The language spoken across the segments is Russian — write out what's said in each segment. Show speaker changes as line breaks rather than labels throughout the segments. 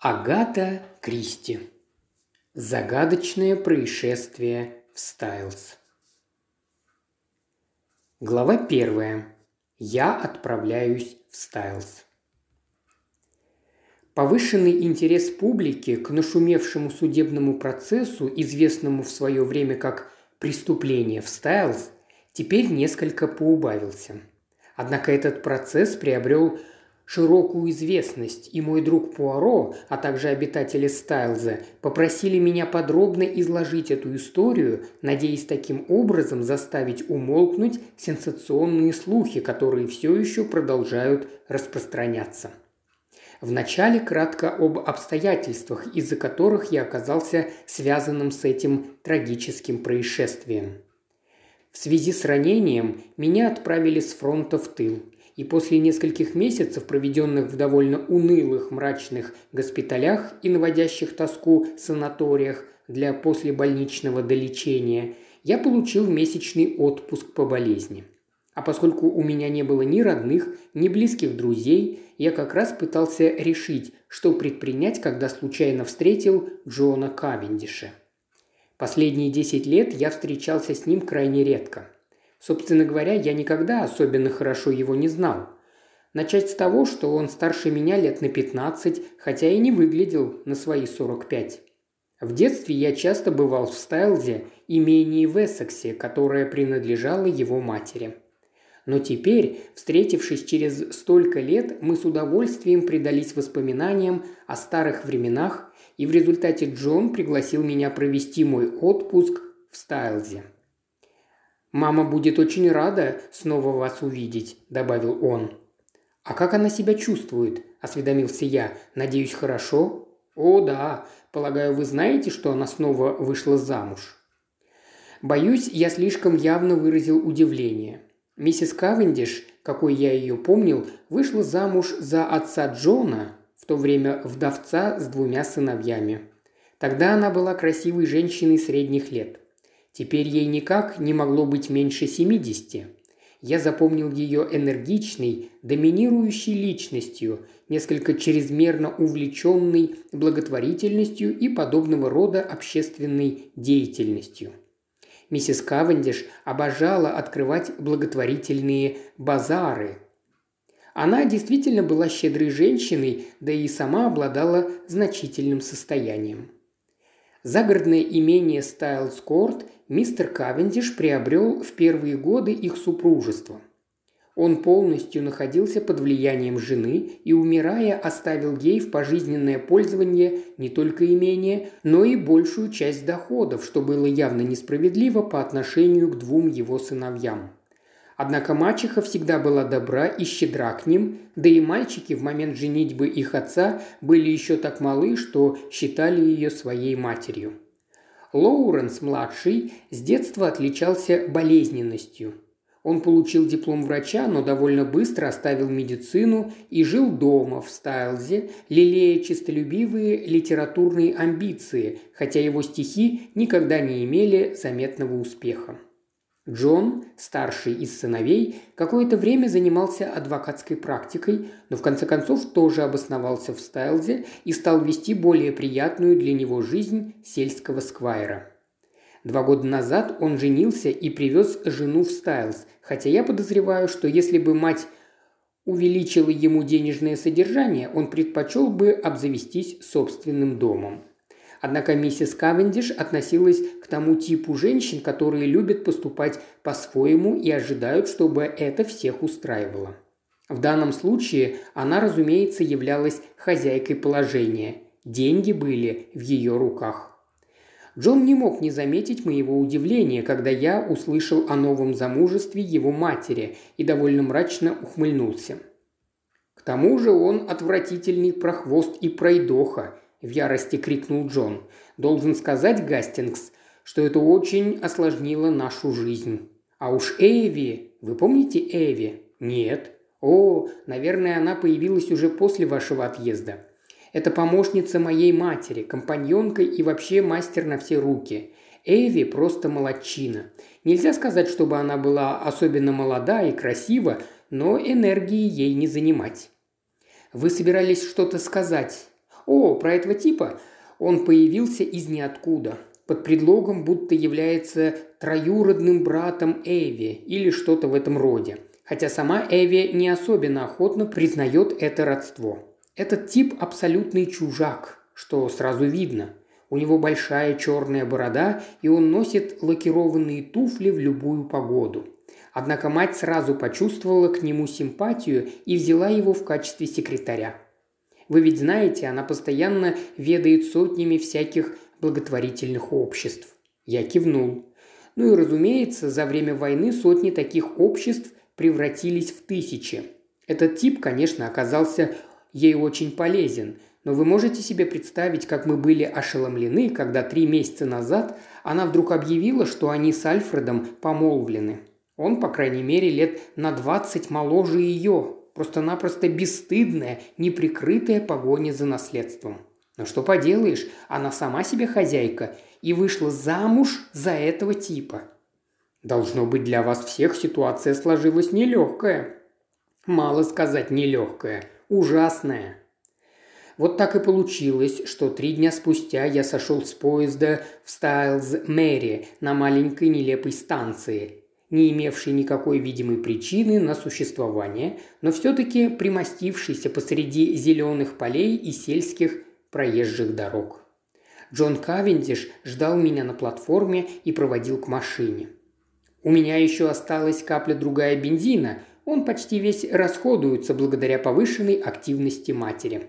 Агата Кристи. Загадочное происшествие в Стайлз. Глава 1. Я отправляюсь в Стайлз. Повышенный интерес публики к нашумевшему судебному процессу, известному в свое время как «преступление в Стайлз», теперь несколько поубавился. Однако этот процесс приобрел широкую известность, и мой друг Пуаро, а также обитатели Стайлза, попросили меня подробно изложить эту историю, надеясь таким образом заставить умолкнуть сенсационные слухи, которые все еще продолжают распространяться. Вначале кратко об обстоятельствах, из-за которых я оказался связанным с этим трагическим происшествием. В связи с ранением меня отправили с фронта в тыл. И после нескольких месяцев, проведенных в довольно унылых мрачных госпиталях и наводящих тоску санаториях для послебольничного долечения, я получил месячный отпуск по болезни. А поскольку у меня не было ни родных, ни близких друзей, я как раз пытался решить, что предпринять, когда случайно встретил Джона Кавендиша. Последние 10 лет я встречался с ним крайне редко. Собственно говоря, я никогда особенно хорошо его не знал. Начать с того, что он старше меня лет на 15, хотя и не выглядел на свои 45. В детстве я часто бывал в Стайлзе, имении в Эссексе, которое принадлежало его матери. Но теперь, встретившись через столько лет, мы с удовольствием предались воспоминаниям о старых временах, и в результате Джон пригласил меня провести мой отпуск в Стайлзе. «Мама будет очень рада снова вас увидеть», – добавил он. «А как она себя чувствует?» – осведомился я. «Надеюсь, хорошо?» «О, да. Полагаю, вы знаете, что она снова вышла замуж?» Боюсь, я слишком явно выразил удивление. Миссис Кавендиш, какой я ее помнил, вышла замуж за отца Джона, в то время вдовца с 2 сыновьями. Тогда она была красивой женщиной средних лет. Теперь ей никак не могло быть меньше 70. Я запомнил ее энергичной, доминирующей личностью, несколько чрезмерно увлеченной благотворительностью и подобного рода общественной деятельностью. Миссис Кавендиш обожала открывать благотворительные базары. Она действительно была щедрой женщиной, да и сама обладала значительным состоянием. Загородное имение Стайлз-Корт мистер Кавендиш приобрел в первые годы их супружества. Он полностью находился под влиянием жены и, умирая, оставил ей в пожизненное пользование не только имение, но и большую часть доходов, что было явно несправедливо по отношению к 2 его сыновьям. Однако мачеха всегда была добра и щедра к ним, да и мальчики в момент женитьбы их отца были еще так малы, что считали ее своей матерью. Лоуренс-младший с детства отличался болезненностью. Он получил диплом врача, но довольно быстро оставил медицину и жил дома в Стайлзе, лелея честолюбивые литературные амбиции, хотя его стихи никогда не имели заметного успеха. Джон, старший из сыновей, какое-то время занимался адвокатской практикой, но в конце концов тоже обосновался в Стайлзе и стал вести более приятную для него жизнь сельского сквайра. 2 года назад он женился и привез жену в Стайлз, хотя я подозреваю, что если бы мать увеличила ему денежное содержание, он предпочел бы обзавестись собственным домом. Однако миссис Кавендиш относилась к тому типу женщин, которые любят поступать по-своему и ожидают, чтобы это всех устраивало. В данном случае она, разумеется, являлась хозяйкой положения. Деньги были в ее руках. Джон не мог не заметить моего удивления, когда я услышал о новом замужестве его матери и довольно мрачно ухмыльнулся. «К тому же он отвратительный прохвост и пройдоха», – в ярости крикнул Джон. «Должен сказать, Гастингс, что это очень осложнило нашу жизнь. А уж Эйви, вы помните Эйви? Нет. О, наверное, она появилась уже после вашего отъезда. Это помощница моей матери, компаньонка и вообще мастер на все руки. Эйви просто молодчина. Нельзя сказать, чтобы она была особенно молода и красива, но энергии ей не занимать». «Вы собирались что-то сказать?» О, про этого типа? Он появился из ниоткуда, под предлогом, будто является троюродным братом Эви или что-то в этом роде. Хотя сама Эви не особенно охотно признает это родство. Этот тип абсолютный чужак, что сразу видно. У него большая черная борода, и он носит лакированные туфли в любую погоду. Однако мать сразу почувствовала к нему симпатию и взяла его в качестве секретаря. Вы ведь знаете, она постоянно ведает сотнями всяких благотворительных обществ. Я кивнул. Ну и, разумеется, за время войны сотни таких обществ превратились в тысячи. Этот тип, конечно, оказался ей очень полезен, но вы можете себе представить, как мы были ошеломлены, когда 3 месяца назад она вдруг объявила, что они с Альфредом помолвлены. Он, по крайней мере, лет на 20 моложе ее. Просто-напросто бесстыдная, неприкрытая погоня за наследством. Но что поделаешь, она сама себе хозяйка и вышла замуж за этого типа. Должно быть, для вас всех ситуация сложилась нелегкая. Мало сказать нелегкая, ужасная. Вот так и получилось, что 3 дня спустя я сошел с поезда в Стайлз-Мэри на маленькой нелепой станции, не имевшей никакой видимой причины на существование, но все-таки примостившейся посреди зеленых полей и сельских проезжих дорог. Джон Кавендиш ждал меня на платформе и проводил к машине. У меня еще осталась капля-другая бензина, он почти весь расходуется благодаря повышенной активности матери.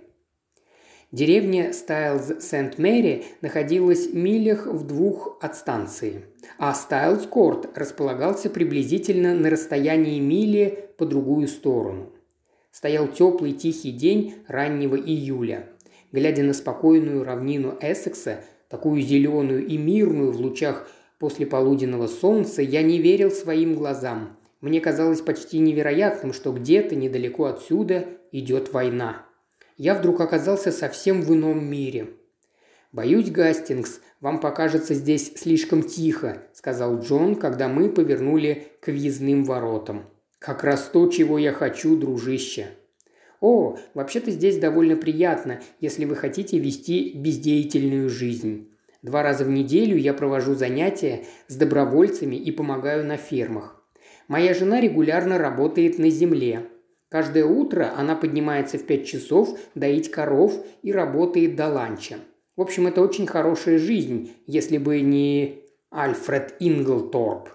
Деревня Стайлз-Сент-Мэри находилась милях в 2 от станции, а Стайлз-Корт располагался приблизительно на расстоянии мили по другую сторону. Стоял теплый тихий день раннего июля. Глядя на спокойную равнину Эссекса, такую зеленую и мирную в лучах послеполуденного солнца, я не верил своим глазам. Мне казалось почти невероятным, что где-то недалеко отсюда идет война. Я вдруг оказался совсем в ином мире. «Боюсь, Гастингс, вам покажется здесь слишком тихо», – сказал Джон, когда мы повернули к въездным воротам. «Как раз то, чего я хочу, дружище». «О, вообще-то здесь довольно приятно, если вы хотите вести бездеятельную жизнь. 2 раза в неделю я провожу занятия с добровольцами и помогаю на фермах. Моя жена регулярно работает на земле. Каждое утро она поднимается в 5 часов доить коров и работает до ланча. В общем, это очень хорошая жизнь, если бы не Альфред Инглторп».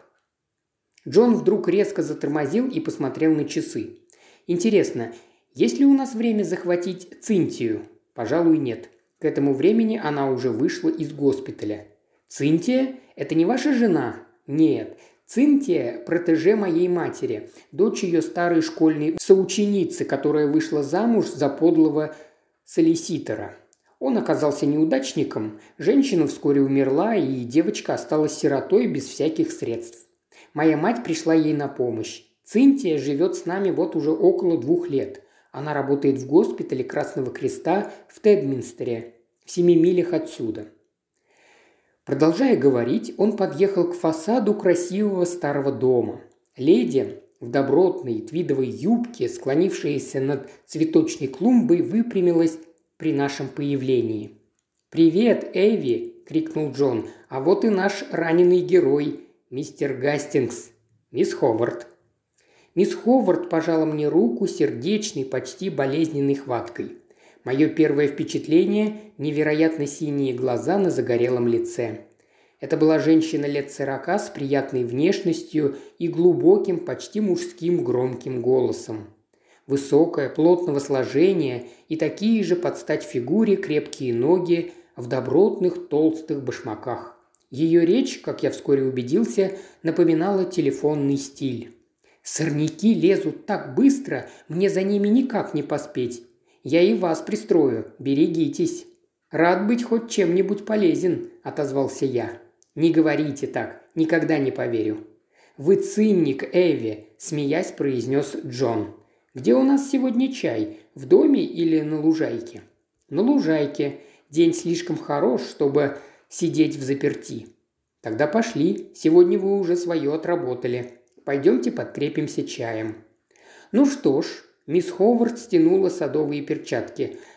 Джон вдруг резко затормозил и посмотрел на часы. «Интересно, есть ли у нас время захватить Цинтию?» «Пожалуй, нет. К этому времени она уже вышла из госпиталя». «Цинтия? Это не ваша жена?» «Нет. Цинтия – протеже моей матери, дочь ее старой школьной соученицы, которая вышла замуж за подлого солиситора. Он оказался неудачником, женщина вскоре умерла, и девочка осталась сиротой без всяких средств. Моя мать пришла ей на помощь. Цинтия живет с нами вот уже около 2 лет. Она работает в госпитале Красного Креста в Тедминстере, в 7 милях отсюда». Продолжая говорить, он подъехал к фасаду красивого старого дома. Леди в добротной твидовой юбке, склонившаяся над цветочной клумбой, выпрямилась при нашем появлении. «Привет, Эви!» – крикнул Джон. «А вот и наш раненый герой, мистер Гастингс, мисс Ховард». Мисс Ховард пожала мне руку сердечной, почти болезненной хваткой. Мое первое впечатление – невероятно синие глаза на загорелом лице. Это была женщина лет 40 с приятной внешностью и глубоким, почти мужским громким голосом. Высокая, плотного сложения и такие же под стать фигуре крепкие ноги в добротных толстых башмаках. Ее речь, как я вскоре убедился, напоминала телефонный стиль. «Сорняки лезут так быстро, мне за ними никак не поспеть. Я и вас пристрою, берегитесь». «Рад быть хоть чем-нибудь полезен», – отозвался я. «Не говорите так, никогда не поверю». «Вы циник, Эви», – смеясь произнес Джон. «Где у нас сегодня чай? В доме или на лужайке?» «На лужайке. День слишком хорош, чтобы сидеть взаперти». «Тогда пошли. Сегодня вы уже свое отработали. Пойдемте подкрепимся чаем». «Ну что ж». Мисс Ховард стянула садовые перчатки.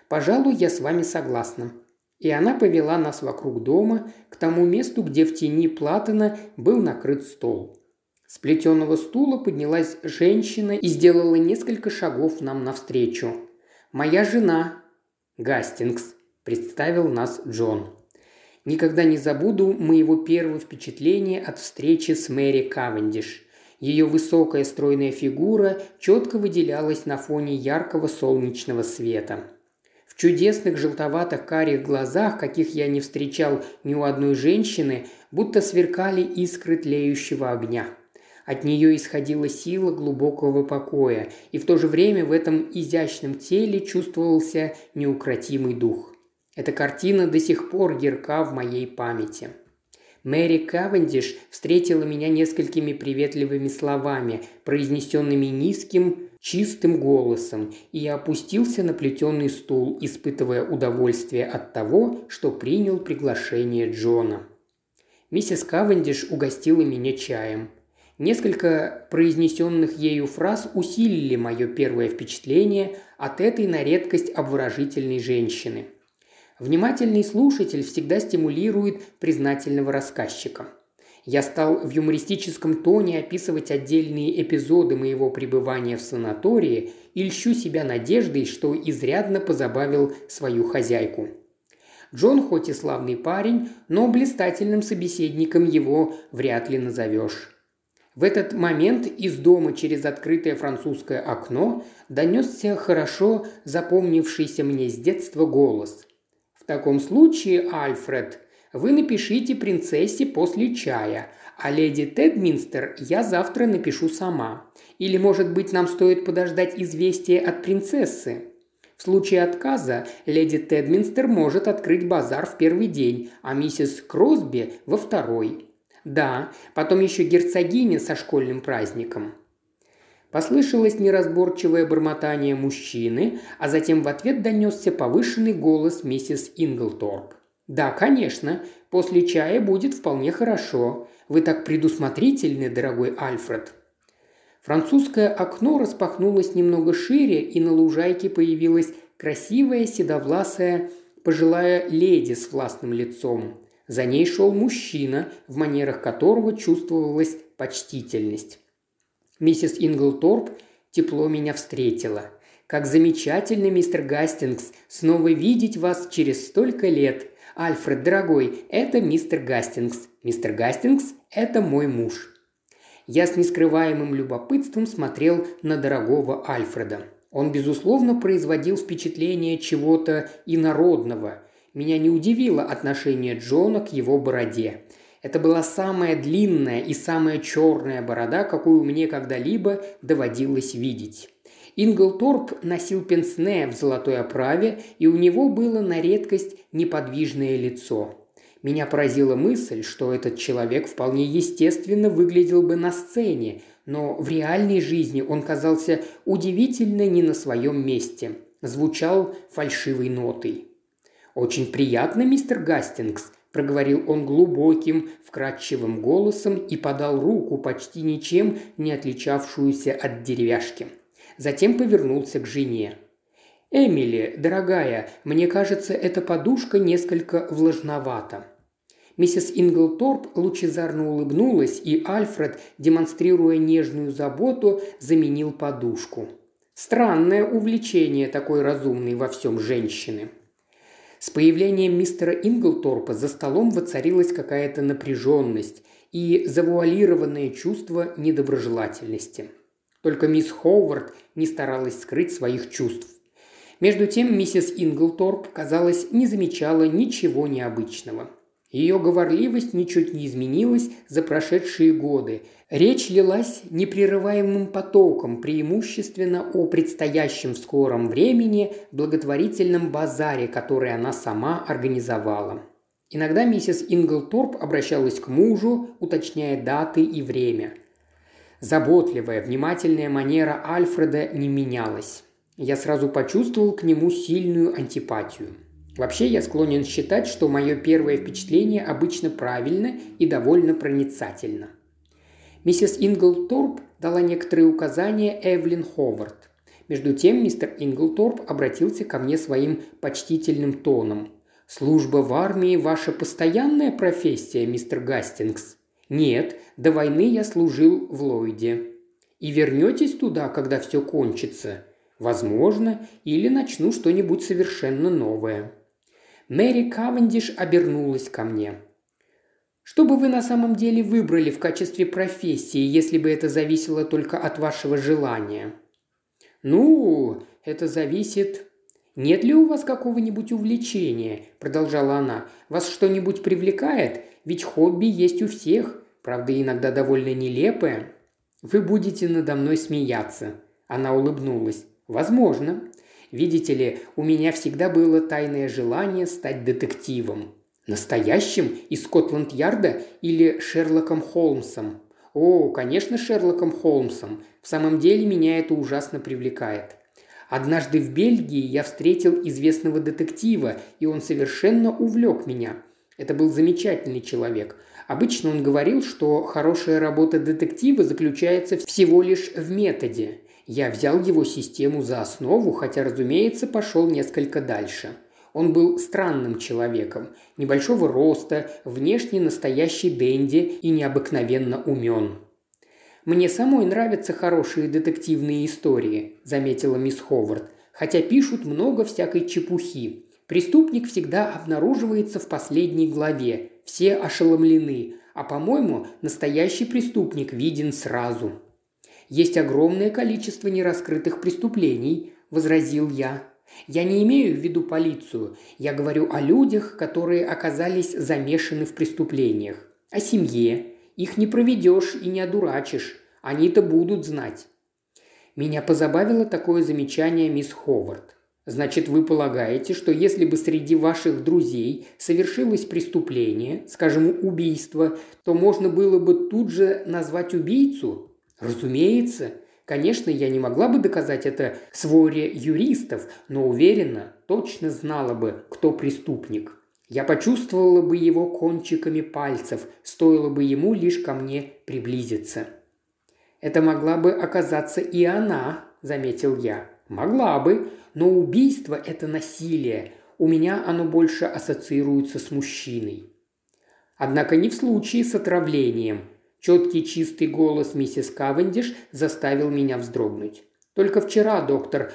Пожалуй, я с вами согласна». И она повела нас вокруг дома, к тому месту, где в тени платана был накрыт стол. С плетеного стула поднялась женщина и сделала несколько шагов нам навстречу. «Моя жена, Гастингс», – представил нас Джон. Никогда не забуду моего первого впечатления от встречи с Мэри Кавендиш. Ее высокая стройная фигура четко выделялась на фоне яркого солнечного света. В чудесных желтовато-карих глазах, каких я не встречал ни у одной женщины, будто сверкали искры тлеющего огня. От нее исходила сила глубокого покоя, и в то же время в этом изящном теле чувствовался неукротимый дух. Эта картина до сих пор ярка в моей памяти. Мэри Кавендиш встретила меня несколькими приветливыми словами, произнесенными низким, чистым голосом, и я опустился на плетеный стул, испытывая удовольствие от того, что принял приглашение Джона. Миссис Кавендиш угостила меня чаем. Несколько произнесенных ею фраз усилили мое первое впечатление от этой на редкость обворожительной женщины. Внимательный слушатель всегда стимулирует признательного рассказчика. Я стал в юмористическом тоне описывать отдельные эпизоды моего пребывания в санатории и льщу себя надеждой, что изрядно позабавил свою хозяйку. Джон хоть и славный парень, но блистательным собеседником его вряд ли назовешь. В этот момент из дома через открытое французское окно донесся хорошо запомнившийся мне с детства голос. «В таком случае, Альфред, вы напишите принцессе после чая, а леди Тедминстер я завтра напишу сама. Или, может быть, нам стоит подождать известия от принцессы? В случае отказа леди Тедминстер может открыть базар в первый день, а миссис Кросби – во второй. Да, потом еще герцогиня со школьным праздником». Послышалось неразборчивое бормотание мужчины, а затем в ответ донесся повышенный голос миссис Инглторп. «Да, конечно, после чая будет вполне хорошо. Вы так предусмотрительны, дорогой Альфред». Французское окно распахнулось немного шире, и на лужайке появилась красивая седовласая пожилая леди с властным лицом. За ней шел мужчина, в манерах которого чувствовалась почтительность. Миссис Инглторп тепло меня встретила. «Как замечательно, мистер Гастингс, снова видеть вас через столько лет. Альфред, дорогой, это мистер Гастингс. Мистер Гастингс – это мой муж». Я с нескрываемым любопытством смотрел на дорогого Альфреда. Он, безусловно, производил впечатление чего-то инородного. Меня не удивило отношение Джона к его бороде. Это была самая длинная и самая черная борода, какую мне когда-либо доводилось видеть. Инглторп носил пенсне в золотой оправе, и у него было на редкость неподвижное лицо. Меня поразила мысль, что этот человек вполне естественно выглядел бы на сцене, но в реальной жизни он казался удивительно не на своем месте, звучал фальшивой нотой. «Очень приятно, мистер Гастингс», – проговорил он глубоким, вкрадчивым голосом и подал руку, почти ничем не отличавшуюся от деревяшки. Затем повернулся к жене. «Эмили, дорогая, мне кажется, эта подушка несколько влажновата». Миссис Инглторп лучезарно улыбнулась, и Альфред, демонстрируя нежную заботу, заменил подушку. Странное увлечение такой разумной во всем женщины. С появлением мистера Инглторпа за столом воцарилась какая-то напряженность и завуалированное чувство недоброжелательности. Только мисс Ховард не старалась скрыть своих чувств. Между тем миссис Инглторп, казалось, не замечала ничего необычного. Ее говорливость ничуть не изменилась за прошедшие годы. Речь лилась непрерываемым потоком, преимущественно о предстоящем в скором времени благотворительном базаре, который она сама организовала. Иногда миссис Инглторп обращалась к мужу, уточняя даты и время. Заботливая, внимательная манера Альфреда не менялась. Я сразу почувствовал к нему сильную антипатию. Вообще я склонен считать, что мое первое впечатление обычно правильно и довольно проницательно. Миссис Инглторп дала некоторые указания Эвелин Ховард. Между тем мистер Инглторп обратился ко мне своим почтительным тоном. «Служба в армии – ваша постоянная профессия, мистер Гастингс?» «Нет, до войны я служил в Ллойде». «И вернетесь туда, когда все кончится?» «Возможно, или начну что-нибудь совершенно новое». Мэри Кавендиш обернулась ко мне. «Что бы вы на самом деле выбрали в качестве профессии, если бы это зависело только от вашего желания?» «Ну, это зависит...» «Нет ли у вас какого-нибудь увлечения?» – продолжала она. «Вас что-нибудь привлекает? Ведь хобби есть у всех, правда, иногда довольно нелепое». «Вы будете надо мной смеяться». Она улыбнулась. «Возможно. Видите ли, у меня всегда было тайное желание стать детективом. Настоящим? Из Скотланд-Ярда или Шерлоком Холмсом? О, конечно, Шерлоком Холмсом. В самом деле меня это ужасно привлекает. Однажды в Бельгии я встретил известного детектива, и он совершенно увлек меня. Это был замечательный человек. Обычно он говорил, что хорошая работа детектива заключается всего лишь в методе. Я взял его систему за основу, хотя, разумеется, пошел несколько дальше. Он был странным человеком, небольшого роста, внешне настоящий денди и необыкновенно умен. «Мне самой нравятся хорошие детективные истории», – заметила мисс Ховард, «хотя пишут много всякой чепухи. Преступник всегда обнаруживается в последней главе, все ошеломлены, а, по-моему, настоящий преступник виден сразу». «Есть огромное количество нераскрытых преступлений», – возразил я. «Я не имею в виду полицию. Я говорю о людях, которые оказались замешаны в преступлениях. О семье. Их не проведешь и не одурачишь. Они-то будут знать». Меня позабавило такое замечание мисс Ховард. «Значит, вы полагаете, что если бы среди ваших друзей совершилось преступление, скажем, убийство, то можно было бы тут же назвать убийцу?» «Разумеется. Конечно, я не могла бы доказать это своре юристов, но уверена, точно знала бы, кто преступник. Я почувствовала бы его кончиками пальцев, стоило бы ему лишь ко мне приблизиться». «Это могла бы оказаться и она», – заметил я. «Могла бы, но убийство – это насилие. У меня оно больше ассоциируется с мужчиной». Однако не в случае с отравлением. Четкий чистый голос миссис Кавендиш заставил меня вздрогнуть. Только вчера доктор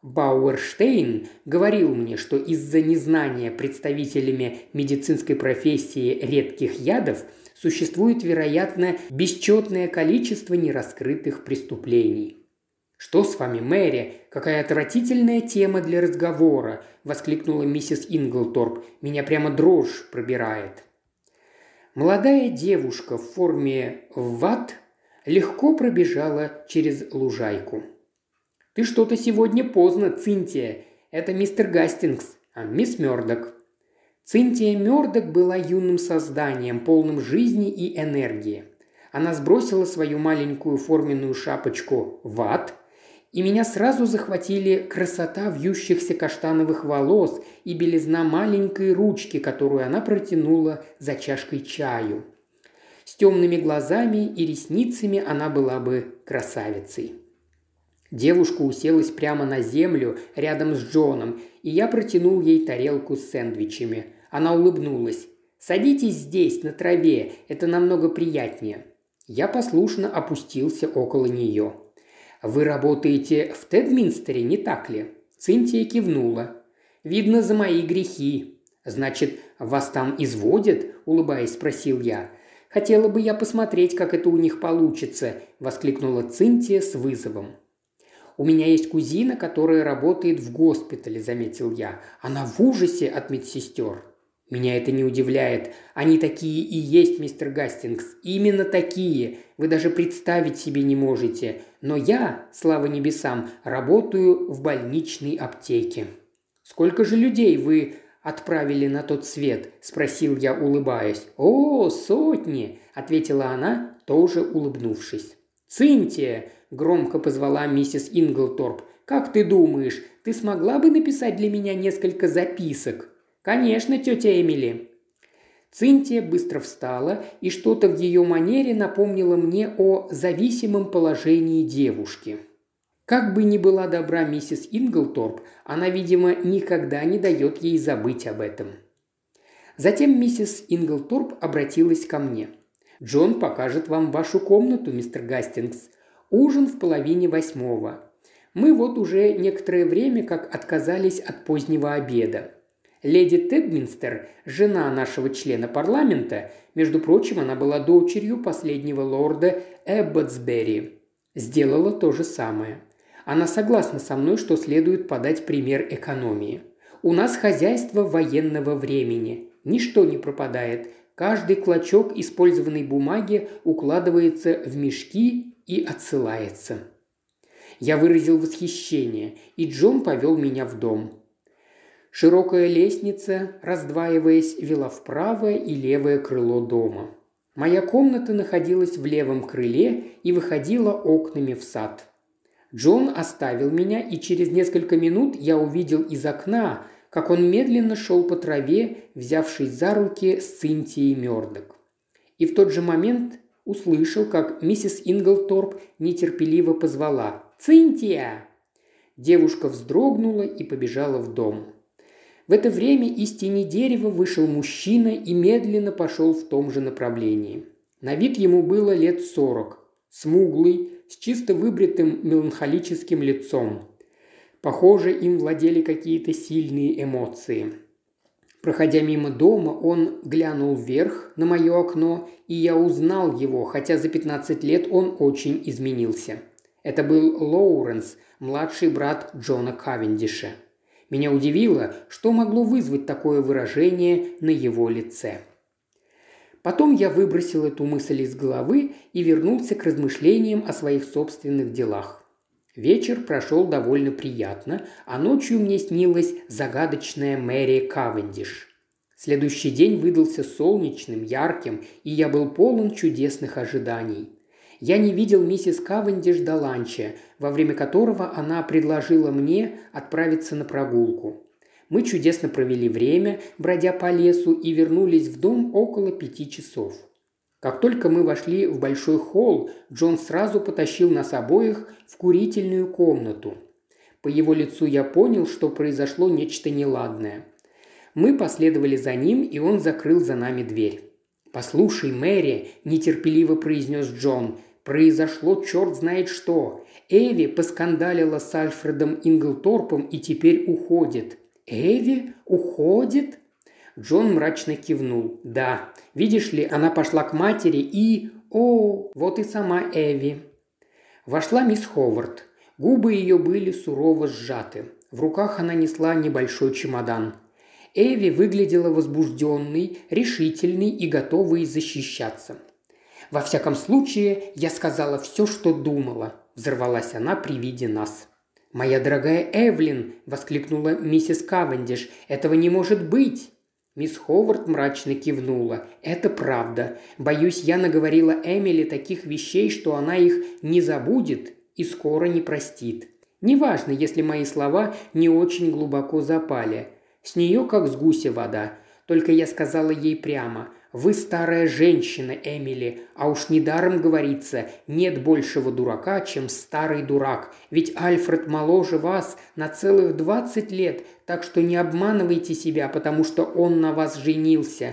Бауэрштейн говорил мне, что из-за незнания представителями медицинской профессии редких ядов существует, вероятно, бесчетное количество нераскрытых преступлений. «Что с вами, Мэри? Какая отвратительная тема для разговора!» – воскликнула миссис Инглторп. «Меня прямо дрожь пробирает». Молодая девушка в форме ватт легко пробежала через лужайку. «Ты что-то сегодня поздно, Цинтия. Это мистер Гастингс, а мисс Мёрдок». Цинтия Мёрдок была юным созданием, полным жизни и энергии. Она сбросила свою маленькую форменную шапочку ватт, и меня сразу захватили красота вьющихся каштановых волос и белизна маленькой ручки, которую она протянула за чашкой чаю. С темными глазами и ресницами она была бы красавицей. Девушка уселась прямо на землю рядом с Джоном, и я протянул ей тарелку с сэндвичами. Она улыбнулась. «Садитесь здесь, на траве, это намного приятнее». Я послушно опустился около нее. «Вы работаете в Тедминстере, не так ли?» Цинтия кивнула. «Видно, за мои грехи». «Значит, вас там изводят?» – улыбаясь, спросил я. «Хотела бы я посмотреть, как это у них получится», – воскликнула Цинтия с вызовом. «У меня есть кузина, которая работает в госпитале», – заметил я. «Она в ужасе от медсестер». «Меня это не удивляет. Они такие и есть, мистер Гастингс. Именно такие. Вы даже представить себе не можете. Но я, слава небесам, работаю в больничной аптеке». «Сколько же людей вы отправили на тот свет?» – спросил я, улыбаясь. «О, сотни!» – ответила она, тоже улыбнувшись. «Цинтия!» – громко позвала миссис Инглторп. «Как ты думаешь, ты смогла бы написать для меня несколько записок?» «Конечно, тетя Эмили». Цинтия быстро встала, и что-то в ее манере напомнило мне о зависимом положении девушки. Как бы ни была добра миссис Инглторп, она, видимо, никогда не дает ей забыть об этом. Затем миссис Инглторп обратилась ко мне. «Джон покажет вам вашу комнату, мистер Гастингс. Ужин в 7:30. Мы вот уже некоторое время как отказались от позднего обеда. Леди Тедминстер, жена нашего члена парламента, между прочим, она была дочерью последнего лорда Эбботсбери, сделала то же самое. Она согласна со мной, что следует подать пример экономии. У нас хозяйство военного времени. Ничто не пропадает. Каждый клочок использованной бумаги укладывается в мешки и отсылается». Я выразил восхищение, и Джон повел меня в дом. Широкая лестница, раздваиваясь, вела в правое и левое крыло дома. Моя комната находилась в левом крыле и выходила окнами в сад. Джон оставил меня, и через несколько минут я увидел из окна, как он медленно шел по траве, взявшись за руки с Цинтией Мёрдок. И в тот же момент услышал, как миссис Инглторп нетерпеливо позвала: «Цинтия!». Девушка вздрогнула и побежала в дом. В это время из тени дерева вышел мужчина и медленно пошел в том же направлении. На вид ему было лет 40, смуглый, с чисто выбритым меланхолическим лицом. Похоже, им владели какие-то сильные эмоции. Проходя мимо дома, он глянул вверх на мое окно, и я узнал его, хотя за 15 лет он очень изменился. Это был Лоуренс, младший брат Джона Кавендиша. Меня удивило, что могло вызвать такое выражение на его лице. Потом я выбросил эту мысль из головы и вернулся к размышлениям о своих собственных делах. Вечер прошел довольно приятно, а ночью мне снилась загадочная Мэри Кавендиш. Следующий день выдался солнечным, ярким, и я был полон чудесных ожиданий. Я не видел миссис Кавендиш до ланча, во время которого она предложила мне отправиться на прогулку. Мы чудесно провели время, бродя по лесу, и вернулись в дом около 5 часов. Как только мы вошли в большой холл, Джон сразу потащил нас обоих в курительную комнату. По его лицу я понял, что произошло нечто неладное. Мы последовали за ним, и он закрыл за нами дверь. «Послушай, Мэри», – нетерпеливо произнес Джон, – «произошло черт знает что. Эви поскандалила с Альфредом Инглторпом и теперь уходит». «Эви? Уходит?» Джон мрачно кивнул. «Да, видишь ли, она пошла к матери и... О, вот и сама Эви». Вошла мисс Ховард. Губы ее были сурово сжаты. В руках она несла небольшой чемодан. Эви выглядела возбужденной, решительной и готовой защищаться. «Во всяком случае, я сказала все, что думала», – взорвалась она при виде нас. «Моя дорогая Эвлин!» – воскликнула миссис Кавендиш. «Этого не может быть!» Мисс Ховард мрачно кивнула. «Это правда. Боюсь, я наговорила Эмили таких вещей, что она их не забудет и скоро не простит. Неважно, если мои слова не очень глубоко запали. С нее как с гуся вода. Только я сказала ей прямо: «Вы старая женщина, Эмили, а уж недаром говорится, нет большего дурака, чем старый дурак. Ведь Альфред моложе вас на целых 20 лет, так что не обманывайте себя, потому что он на вас женился.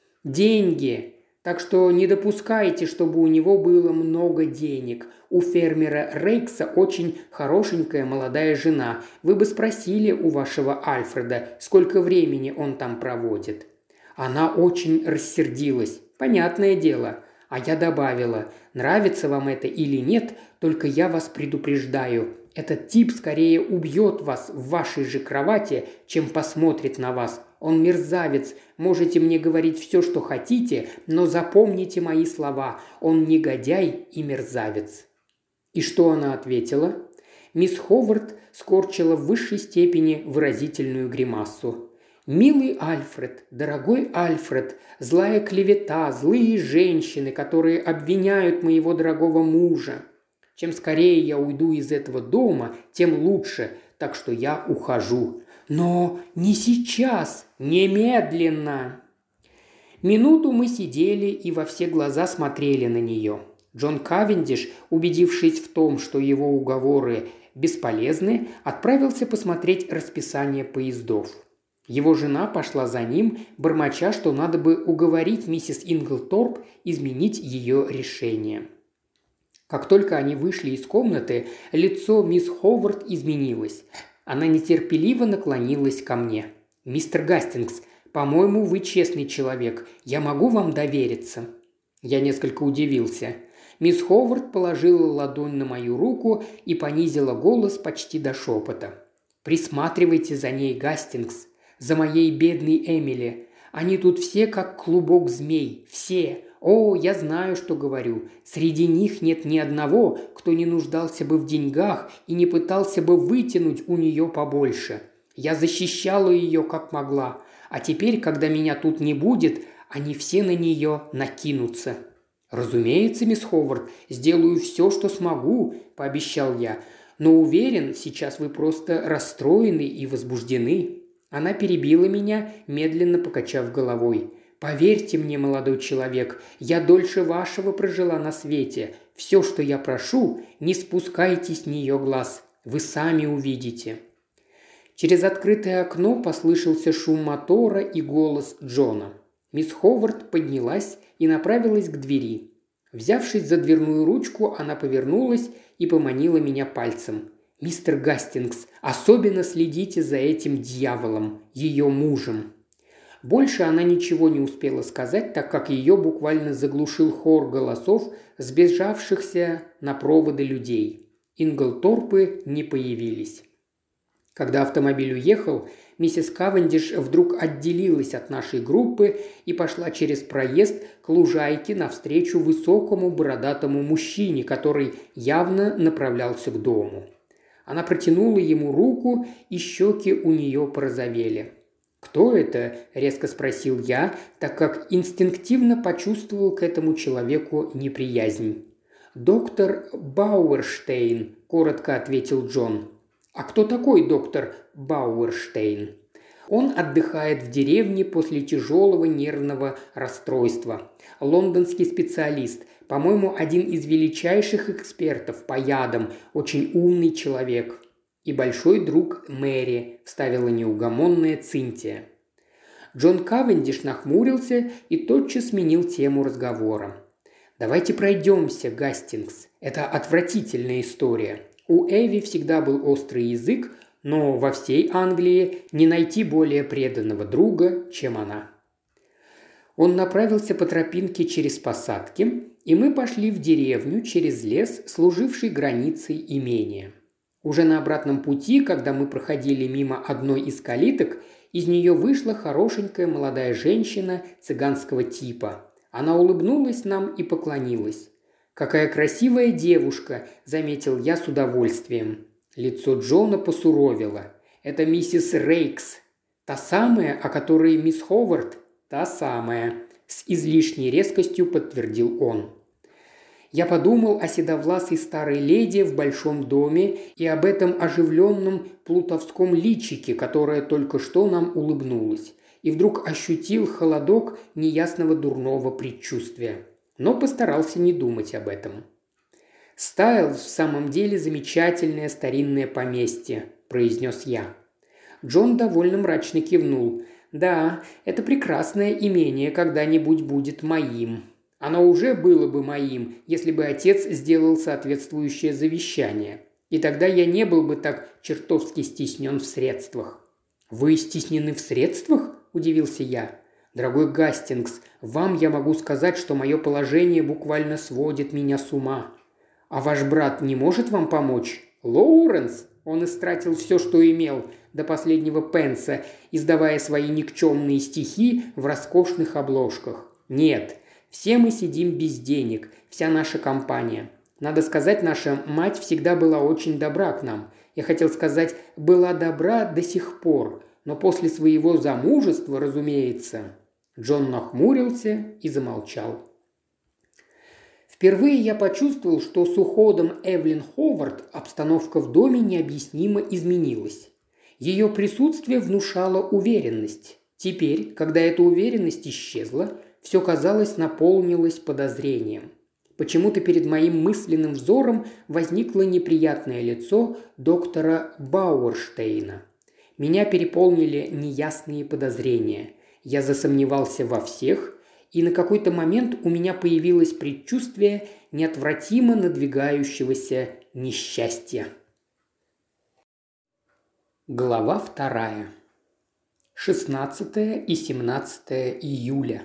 Деньги. Так что не допускайте, чтобы у него было много денег. У фермера Рейкса очень хорошенькая молодая жена. Вы бы спросили у вашего Альфреда, сколько времени он там проводит». Она очень рассердилась. Понятное дело. А я добавила: «Нравится вам это или нет, только я вас предупреждаю. Этот тип скорее убьет вас в вашей же кровати, чем посмотрит на вас. Он мерзавец. Можете мне говорить все, что хотите, но запомните мои слова. Он негодяй и мерзавец». И что она ответила? Мисс Ховард скорчила в высшей степени выразительную гримасу. «Милый Альфред, дорогой Альфред, злая клевета, злые женщины, которые обвиняют моего дорогого мужа. Чем скорее я уйду из этого дома, тем лучше, так что я ухожу. Но не сейчас, немедленно!» Минуту мы сидели и во все глаза смотрели на нее. Джон Кавендиш, убедившись в том, что его уговоры бесполезны, отправился посмотреть расписание поездов. Его жена пошла за ним, бормоча, что надо бы уговорить миссис Инглторп изменить ее решение. Как только они вышли из комнаты, лицо мисс Ховард изменилось. Она нетерпеливо наклонилась ко мне. «Мистер Гастингс, по-моему, вы честный человек. Я могу вам довериться?» Я несколько удивился. Мисс Ховард положила ладонь на мою руку и понизила голос почти до шепота. «Присматривайте за ней, Гастингс, за моей бедной Эмили. Они тут все как клубок змей, все. О, я знаю, что говорю. Среди них нет ни одного, кто не нуждался бы в деньгах и не пытался бы вытянуть у нее побольше. Я защищала ее как могла, а теперь, когда меня тут не будет, они все на нее накинутся». «Разумеется, мисс Ховард, сделаю все, что смогу», – пообещал я. «Но уверен, сейчас вы просто расстроены и возбуждены». Она перебила меня, медленно покачав головой. «Поверьте мне, молодой человек, я дольше вашего прожила на свете. Все, что я прошу, не спускайте с нее глаз. Вы сами увидите». Через открытое окно послышался шум мотора и голос Джона. Мисс Ховард поднялась и направилась к двери. Взявшись за дверную ручку, она повернулась и поманила меня пальцем. «Мистер Гастингс, особенно следите за этим дьяволом, ее мужем». Больше она ничего не успела сказать, так как ее буквально заглушил хор голосов, сбежавшихся на проводы людей. Инглторпы не появились. Когда автомобиль уехал, миссис Кавендиш вдруг отделилась от нашей группы и пошла через проезд к лужайке навстречу высокому бородатому мужчине, который явно направлялся к дому. Она протянула ему руку, и щеки у нее порозовели. «Кто это?» – резко спросил я, так как инстинктивно почувствовал к этому человеку неприязнь. «Доктор Бауэрштейн», – коротко ответил Джон. «А кто такой доктор Бауэрштейн?» «Он отдыхает в деревне после тяжелого нервного расстройства. Лондонский специалист, по-моему, один из величайших экспертов по ядам, очень умный человек. И большой друг Мэри», – вставила неугомонная Цинтия. Джон Кавендиш нахмурился и тотчас сменил тему разговора. «Давайте пройдемся, Гастингс. Это отвратительная история. У Эви всегда был острый язык, но во всей Англии не найти более преданного друга, чем она». Он направился по тропинке через посадки, и мы пошли в деревню через лес, служивший границей имения. Уже на обратном пути, когда мы проходили мимо одной из калиток, из нее вышла хорошенькая молодая женщина цыганского типа. Она улыбнулась нам и поклонилась. «Какая красивая девушка!» – заметил я с удовольствием. Лицо Джона посуровило. «Это миссис Рейкс. Та самая, о которой мисс Ховард?» «Та самая», – с излишней резкостью подтвердил он. Я подумал о седовласой старой леди в большом доме и об этом оживленном плутовском личике, которое только что нам улыбнулось, и вдруг ощутил холодок неясного дурного предчувствия. Но постарался не думать об этом. «Стайлз в самом деле замечательное старинное поместье», – произнес я. Джон довольно мрачно кивнул. «Да, это прекрасное имение когда-нибудь будет моим. Оно уже было бы моим, если бы отец сделал соответствующее завещание. И тогда я не был бы так чертовски стеснен в средствах». «Вы стеснены в средствах?» – удивился я. «Дорогой Гастингс, вам я могу сказать, что мое положение буквально сводит меня с ума. А ваш брат не может вам помочь? Лоуренс? Он истратил все, что имел, до последнего пенса, издавая свои никчемные стихи в роскошных обложках. Нет, все мы сидим без денег, вся наша компания. Надо сказать, наша мать всегда была очень добра к нам. Я хотел сказать, была добра до сих пор, но после своего замужества, разумеется». Джон нахмурился и замолчал. Впервые я почувствовал, что с уходом Эвелин Ховард обстановка в доме необъяснимо изменилась. Ее присутствие внушало уверенность. Теперь, когда эта уверенность исчезла, все, казалось, наполнилось подозрением. Почему-то перед моим мысленным взором возникло неприятное лицо доктора Бауэрштейна. Меня переполнили неясные подозрения. Я засомневался во всех, и на какой-то момент у меня появилось предчувствие неотвратимо надвигающегося несчастья. Глава 2. 16 и 17 июля.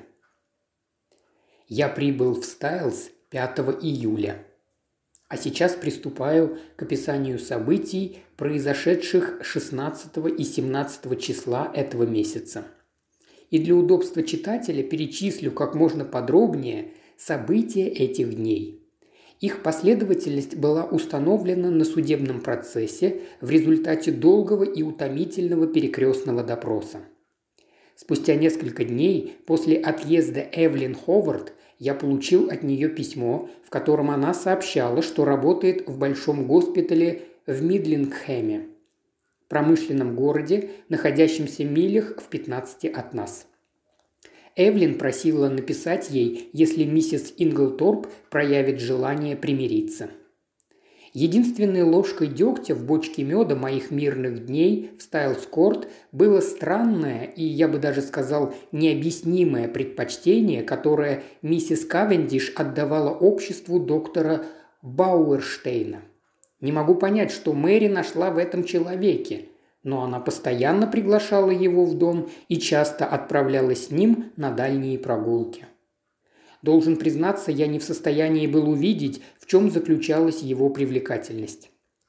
Я прибыл в Стайлз 5 июля. А сейчас приступаю к описанию событий, произошедших 16 и 17 числа этого месяца. И для удобства читателя перечислю как можно подробнее события этих дней. Их последовательность была установлена на судебном процессе в результате долгого и утомительного перекрестного допроса. Спустя несколько дней после отъезда Эвелин Ховард я получил от нее письмо, в котором она сообщала, что работает в большом госпитале в Мидлингхэме, промышленном городе, находящемся милях в 15 от нас. Эвелин просила написать ей, если миссис Инглторп проявит желание примириться. Единственной ложкой дегтя в бочке меда моих мирных дней в Стайлз-Корт было странное и, я бы даже сказал, необъяснимое предпочтение, которое миссис Кавендиш отдавала обществу доктора Бауэрштейна. Не могу понять, что Мэри нашла в этом человеке, но она постоянно приглашала его в дом и часто отправлялась с ним на дальние прогулки. Должен признаться, я не в состоянии был увидеть, в чем заключалась его привлекательность.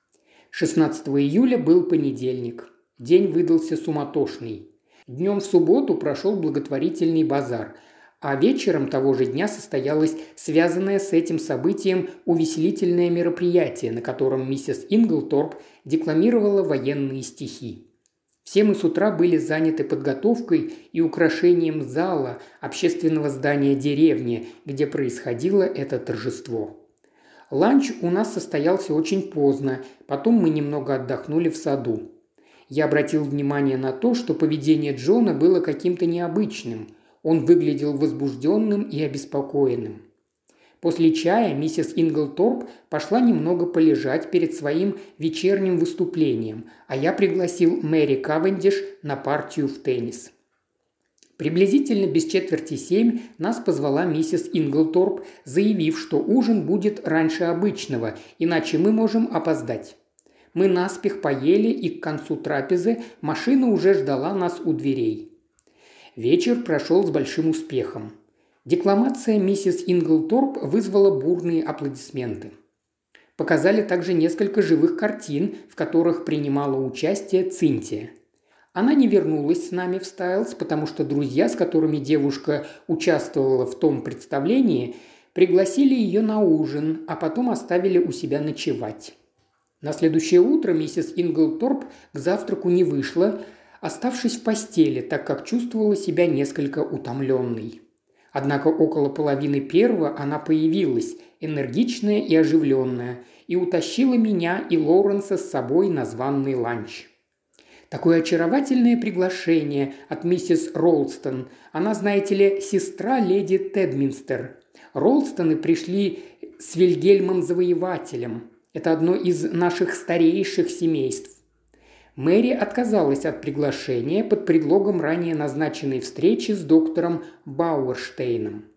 16 июля был понедельник. День выдался суматошный. Днем в субботу прошел благотворительный базар, а вечером того же дня состоялось связанное с этим событием увеселительное мероприятие, на котором миссис Инглторп декламировала военные стихи. Все мы с утра были заняты подготовкой и украшением зала общественного здания деревни, где происходило это торжество. Ланч у нас состоялся очень поздно, потом мы немного отдохнули в саду. Я обратил внимание на то, что поведение Джона было каким-то необычным. Он выглядел возбужденным и обеспокоенным. После чая миссис Инглторп пошла немного полежать перед своим вечерним выступлением, а я пригласил Мэри Кавендиш на партию в теннис. Приблизительно без 6:45 нас позвала миссис Инглторп, заявив, что ужин будет раньше обычного, иначе мы можем опоздать. Мы наспех поели, и к концу трапезы машина уже ждала нас у дверей. Вечер прошел с большим успехом. Декламация миссис Инглторп вызвала бурные аплодисменты. Показали также несколько живых картин, в которых принимала участие Цинтия. Она не вернулась с нами в Стайлз, потому что друзья, с которыми девушка участвовала в том представлении, пригласили ее на ужин, а потом оставили у себя ночевать. На следующее утро миссис Инглторп к завтраку не вышла, оставшись в постели, так как чувствовала себя несколько утомленной. Однако около половины первого она появилась, энергичная и оживленная, и утащила меня и Лоуренса с собой на званный ланч. Такое очаровательное приглашение от миссис Ролстон. Она, знаете ли, сестра леди Тедминстер. Ролстоны пришли с Вильгельмом Завоевателем. Это одно из наших старейших семейств. Мэри отказалась от приглашения под предлогом ранее назначенной встречи с доктором Бауэрштейном.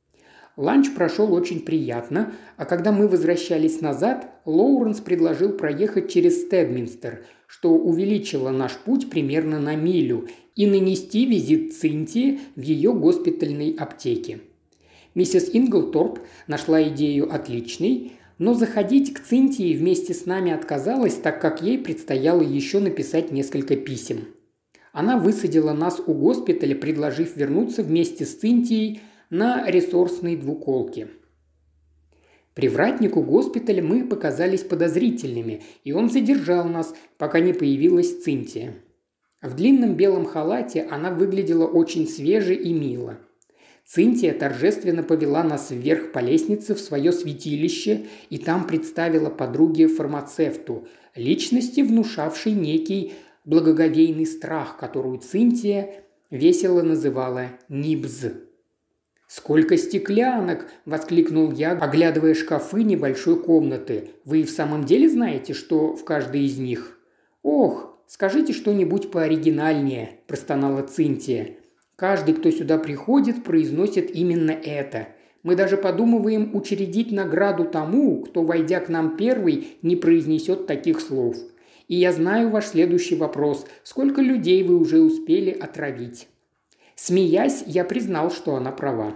Ланч прошел очень приятно, а когда мы возвращались назад, Лоуренс предложил проехать через Тедминстер, что увеличило наш путь примерно на милю, и нанести визит Цинтии в ее госпитальной аптеке. Миссис Инглторп нашла идею отличной, но заходить к Цинтии вместе с нами отказалась, так как ей предстояло еще написать несколько писем. Она высадила нас у госпиталя, предложив вернуться вместе с Цинтией на ресурсной двуколке. Привратнику госпиталя мы показались подозрительными, и он задержал нас, пока не появилась Цинтия. В длинном белом халате она выглядела очень свеже и мило. Цинтия торжественно повела нас вверх по лестнице в свое святилище и там представила подруге-фармацевту, личности, внушавшей некий благоговейный страх, которую Цинтия весело называла «Нибз». «Сколько стеклянок!» – воскликнул я, оглядывая шкафы небольшой комнаты. «Вы и в самом деле знаете, что в каждой из них?» «Ох, скажите что-нибудь пооригинальнее», – простонала Цинтия. «Каждый, кто сюда приходит, произносит именно это. Мы даже подумываем учредить награду тому, кто, войдя к нам первый, не произнесет таких слов. И я знаю ваш следующий вопрос. Сколько людей вы уже успели отравить?» Смеясь, я признал, что она права.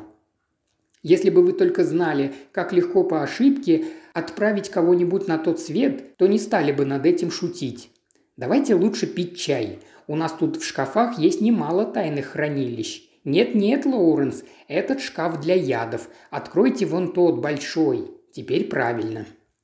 Если бы вы только знали, как легко по ошибке отправить кого-нибудь на тот свет, то не стали бы над этим шутить. Давайте лучше пить чай. У нас тут в шкафах есть немало тайных хранилищ. Нет-нет, Лоуренс, этот шкаф для ядов. Откройте вон тот большой. Теперь правильно.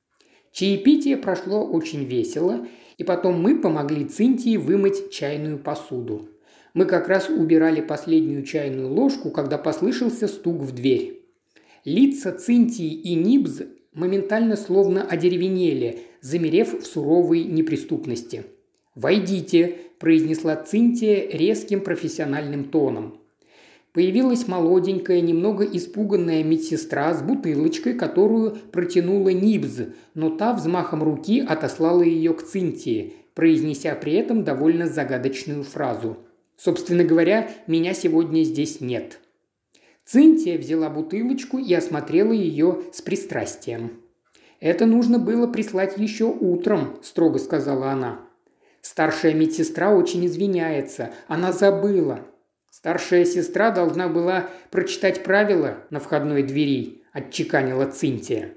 Чаепитие прошло очень весело, и потом мы помогли Цинтии вымыть чайную посуду. Мы как раз убирали последнюю чайную ложку, когда послышался стук в дверь. Лица Цинтии и Нибз моментально словно одеревенели, замерев в суровой неприступности. «Войдите», – произнесла Цинтия резким профессиональным тоном. Появилась молоденькая, немного испуганная медсестра с бутылочкой, которую протянула Нибз, но та взмахом руки отослала ее к Цинтии, произнеся при этом довольно загадочную фразу. «Собственно говоря, меня сегодня здесь нет». Цинтия взяла бутылочку и осмотрела ее с пристрастием. «Это нужно было прислать еще утром», – строго сказала она. «Старшая медсестра очень извиняется. Она забыла». «Старшая сестра должна была прочитать правила на входной двери», – отчеканила Цинтия.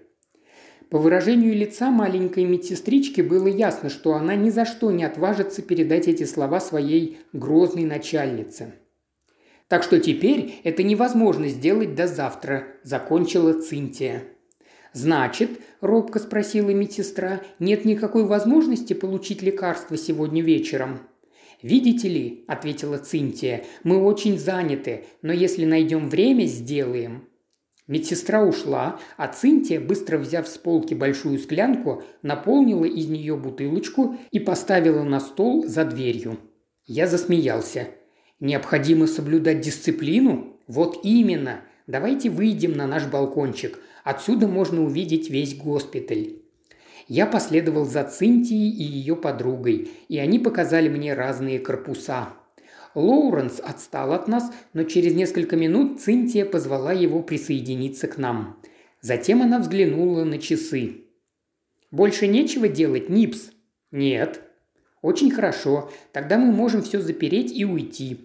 По выражению лица маленькой медсестрички было ясно, что она ни за что не отважится передать эти слова своей грозной начальнице. «Так что теперь это невозможно сделать до завтра», – закончила Цинтия. «Значит, – робко спросила медсестра, – нет никакой возможности получить лекарство сегодня вечером?» «Видите ли, – ответила Цинтия, – мы очень заняты, но если найдем время, сделаем». Медсестра ушла, а Цинтия, быстро взяв с полки большую склянку, наполнила из нее бутылочку и поставила на стол за дверью. Я засмеялся. «Необходимо соблюдать дисциплину? Вот именно. Давайте выйдем на наш балкончик. Отсюда можно увидеть весь госпиталь». Я последовал за Цинтией и ее подругой, и они показали мне разные корпуса. Лоуренс отстал от нас, но через несколько минут Цинтия позвала его присоединиться к нам. Затем она взглянула на часы. «Больше нечего делать, Нибс?» «Нет». «Очень хорошо. Тогда мы можем все запереть и уйти».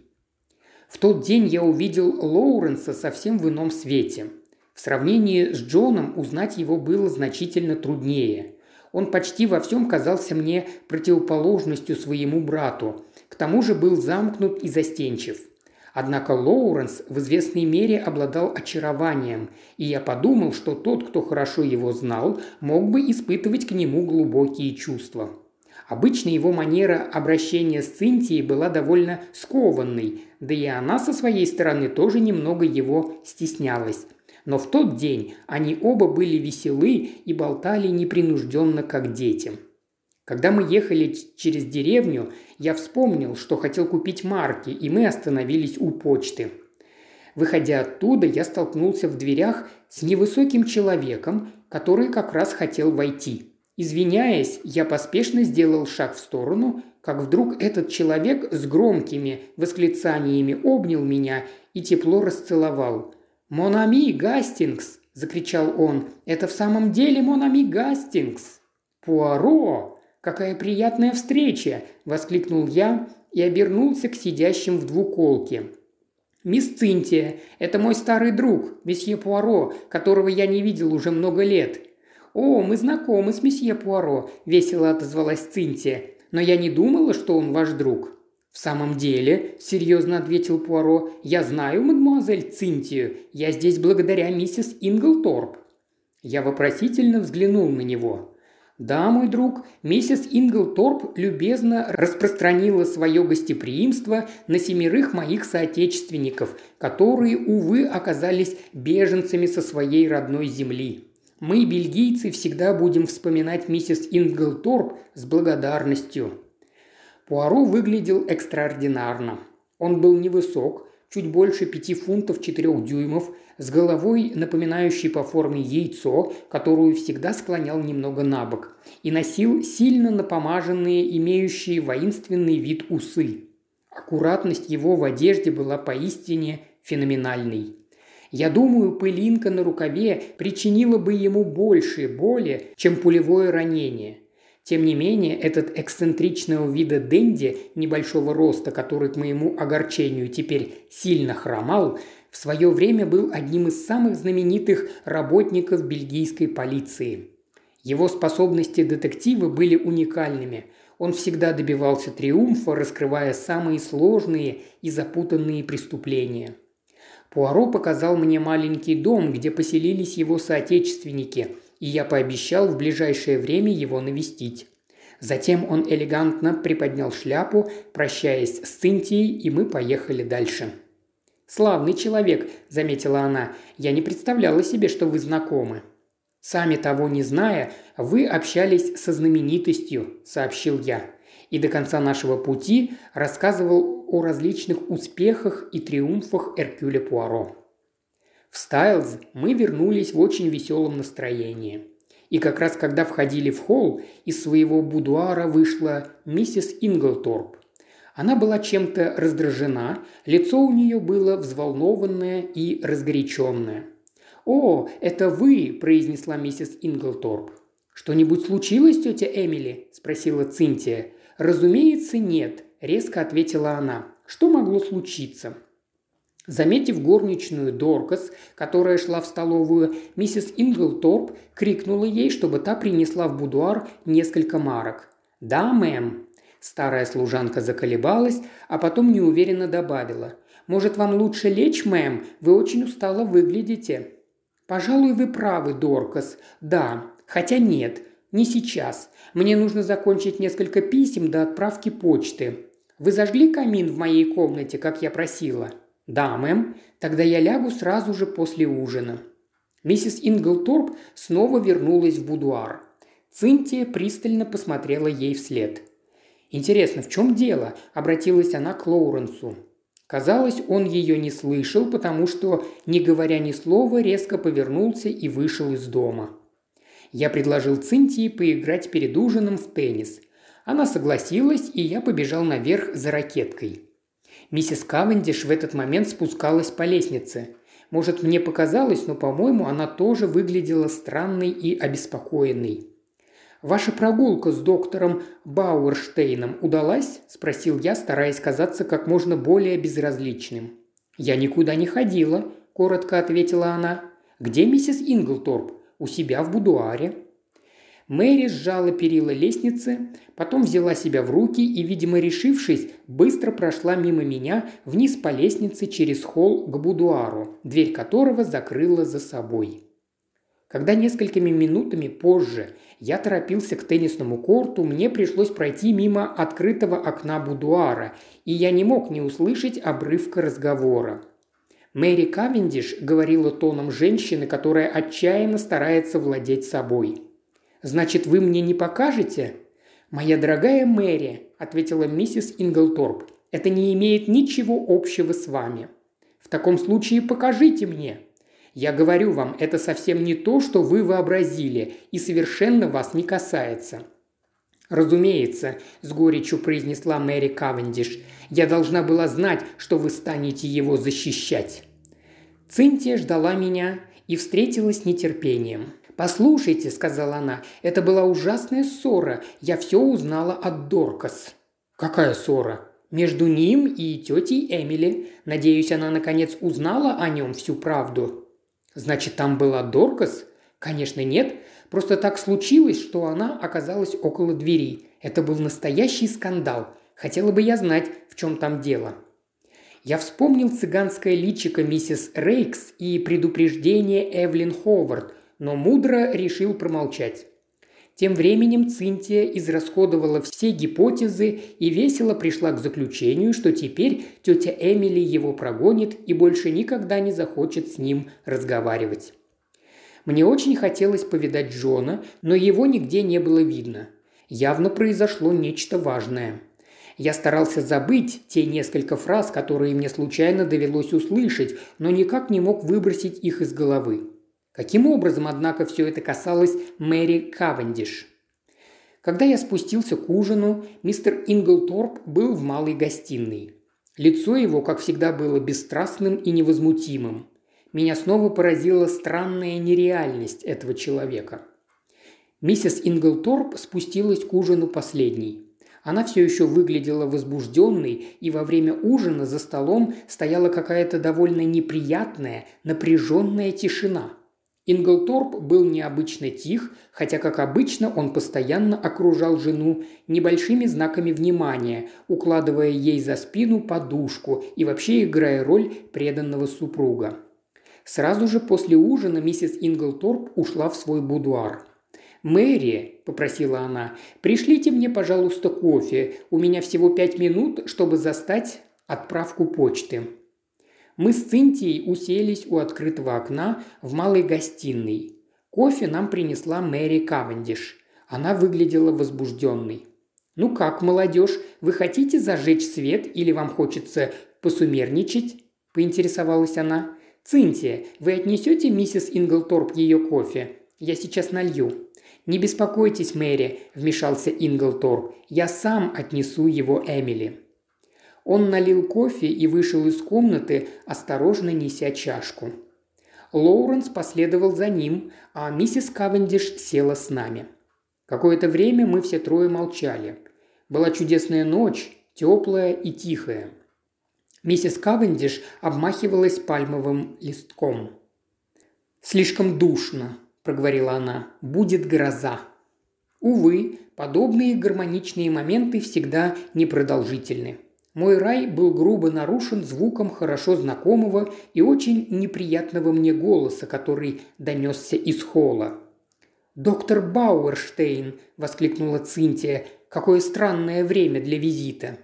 В тот день я увидел Лоуренса совсем в ином свете. В сравнении с Джоном узнать его было значительно труднее. Он почти во всем казался мне противоположностью своему брату. К тому же был замкнут и застенчив. Однако Лоуренс в известной мере обладал очарованием, и я подумал, что тот, кто хорошо его знал, мог бы испытывать к нему глубокие чувства. Обычно его манера обращения с Цинтией была довольно скованной, да и она со своей стороны тоже немного его стеснялась. Но в тот день они оба были веселы и болтали непринужденно, как дети. Когда мы ехали через деревню, я вспомнил, что хотел купить марки, и мы остановились у почты. Выходя оттуда, я столкнулся в дверях с невысоким человеком, который как раз хотел войти. Извиняясь, я поспешно сделал шаг в сторону, как вдруг этот человек с громкими восклицаниями обнял меня и тепло расцеловал. «Мон ами Гастингс!» – закричал он. «Это в самом деле Мон ами Гастингс!» «Пуаро! Какая приятная встреча!» – воскликнул я и обернулся к сидящим в двуколке. «Мисс Цинтия, это мой старый друг, месье Пуаро, которого я не видел уже много лет». «О, мы знакомы с месье Пуаро», – весело отозвалась Цинтия. «Но я не думала, что он ваш друг». «В самом деле», – серьезно ответил Пуаро, – «я знаю мадемуазель Цинтию. Я здесь благодаря миссис Инглторп». Я вопросительно взглянул на него. «Да, мой друг, миссис Инглторп любезно распространила свое гостеприимство на 7 моих соотечественников, которые, увы, оказались беженцами со своей родной земли. Мы, бельгийцы, всегда будем вспоминать миссис Инглторп с благодарностью». Пуаро выглядел экстраординарно. Он был невысок, чуть больше 5 фунтов 4 дюймов, с головой, напоминающей по форме яйцо, которую всегда склонял немного на бок, и носил сильно напомаженные, имеющие воинственный вид усы. Аккуратность его в одежде была поистине феноменальной. Я думаю, пылинка на рукаве причинила бы ему больше боли, чем пулевое ранение. Тем не менее, этот эксцентричного вида денди небольшого роста, который к моему огорчению теперь сильно хромал, в свое время был одним из самых знаменитых работников бельгийской полиции. Его способности детектива были уникальными. Он всегда добивался триумфа, раскрывая самые сложные и запутанные преступления. Пуаро показал мне маленький дом, где поселились его соотечественники, и я пообещал в ближайшее время его навестить. Затем он элегантно приподнял шляпу, прощаясь с Цинтией, и мы поехали дальше. «Славный человек», – заметила она, – «я не представляла себе, что вы знакомы». «Сами того не зная, вы общались со знаменитостью», – сообщил я. И до конца нашего пути рассказывал о различных успехах и триумфах Эркюля Пуаро. В Стайлз мы вернулись в очень веселом настроении. И как раз когда входили в холл, из своего будуара вышла миссис Инглторп. Она была чем-то раздражена, лицо у нее было взволнованное и разгоряченное. «О, это вы!» – произнесла миссис Инглторп. «Что-нибудь случилось, тетя Эмили?» – спросила Цинтия. «Разумеется, нет», – резко ответила она. «Что могло случиться?» Заметив горничную Доркас, которая шла в столовую, миссис Инглторп крикнула ей, чтобы та принесла в будуар несколько марок. «Да, мэм». Старая служанка заколебалась, а потом неуверенно добавила. «Может, вам лучше лечь, мэм? Вы очень устало выглядите». «Пожалуй, вы правы, Доркас. Да. Хотя нет. Не сейчас. Мне нужно закончить несколько писем до отправки почты. Вы зажгли камин в моей комнате, как я просила?» «Да, мэм. Тогда я лягу сразу же после ужина». Миссис Инглторп снова вернулась в будуар. Цинтия пристально посмотрела ей вслед. «Интересно, в чем дело?» – обратилась она к Лоуренсу. Казалось, он ее не слышал, потому что, не говоря ни слова, резко повернулся и вышел из дома. Я предложил Цинтии поиграть перед ужином в теннис. Она согласилась, и я побежал наверх за ракеткой. Миссис Кавендиш в этот момент спускалась по лестнице. Может, мне показалось, но, по-моему, она тоже выглядела странной и обеспокоенной. «Ваша прогулка с доктором Бауэрштейном удалась?» – спросил я, стараясь казаться как можно более безразличным. «Я никуда не ходила», – коротко ответила она. «Где миссис Инглторп?» «У себя в будуаре». Мэри сжала перила лестницы, потом взяла себя в руки и, видимо решившись, быстро прошла мимо меня вниз по лестнице через холл к будуару, дверь которого закрыла за собой. Когда несколькими минутами позже я торопился к теннисному корту, мне пришлось пройти мимо открытого окна будуара, и я не мог не услышать обрывка разговора. Мэри Кавендиш говорила тоном женщины, которая отчаянно старается владеть собой. «Значит, вы мне не покажете?» «Моя дорогая Мэри», – ответила миссис Инглторп, – «это не имеет ничего общего с вами». «В таком случае покажите мне». «Я говорю вам, это совсем не то, что вы вообразили, и совершенно вас не касается». «Разумеется», – с горечью произнесла Мэри Кавендиш, – «я должна была знать, что вы станете его защищать». Цинтия ждала меня и встретила с нетерпением. «Послушайте», – сказала она, – «это была ужасная ссора. Я все узнала от Доркас». «Какая ссора?» «Между ним и тетей Эмили. Надеюсь, она наконец узнала о нем всю правду». «Значит, там была Доркас?» «Конечно, нет. Просто так случилось, что она оказалась около двери. Это был настоящий скандал. Хотела бы я знать, в чем там дело». Я вспомнил цыганское личико миссис Рейкс и предупреждение Эвелин Ховард, но мудро решил промолчать. Тем временем Цинтия израсходовала все гипотезы и весело пришла к заключению, что теперь тетя Эмили его прогонит и больше никогда не захочет с ним разговаривать. Мне очень хотелось повидать Джона, но его нигде не было видно. Явно произошло нечто важное. Я старался забыть те несколько фраз, которые мне случайно довелось услышать, но никак не мог выбросить их из головы. Каким образом, однако, все это касалось Мэри Кавендиш? Когда я спустился к ужину, мистер Инглторп был в малой гостиной. Лицо его, как всегда, было бесстрастным и невозмутимым. Меня снова поразила странная нереальность этого человека. Миссис Инглторп спустилась к ужину последней. Она все еще выглядела возбужденной, и во время ужина за столом стояла какая-то довольно неприятная, напряженная тишина. Инглторп был необычно тих, хотя, как обычно, он постоянно окружал жену небольшими знаками внимания, укладывая ей за спину подушку и вообще играя роль преданного супруга. Сразу же после ужина миссис Инглторп ушла в свой будуар. «Мэри», – попросила она, – «пришлите мне, пожалуйста, кофе. У меня всего 5 минут, чтобы застать отправку почты». Мы с Цинтией уселись у открытого окна в малой гостиной. Кофе нам принесла Мэри Кавендиш. Она выглядела возбужденной. «Ну как, молодежь, вы хотите зажечь свет или вам хочется посумерничать?» – поинтересовалась она. «Цинтия, вы отнесете миссис Инглторп ее кофе? Я сейчас налью». «Не беспокойтесь, Мэри», – вмешался Инглторп. «Я сам отнесу его Эмили». Он налил кофе и вышел из комнаты, осторожно неся чашку. Лоуренс последовал за ним, а миссис Кавендиш села с нами. Какое-то время мы все трое молчали. Была чудесная ночь, теплая и тихая. Миссис Кавендиш обмахивалась пальмовым листком. «Слишком душно», – проговорила она. «Будет гроза». Увы, подобные гармоничные моменты всегда непродолжительны. Мой рай был грубо нарушен звуком хорошо знакомого и очень неприятного мне голоса, который донесся из холла. «Доктор Бауэрштейн!» – воскликнула Цинтия. «Какое странное время для визита!»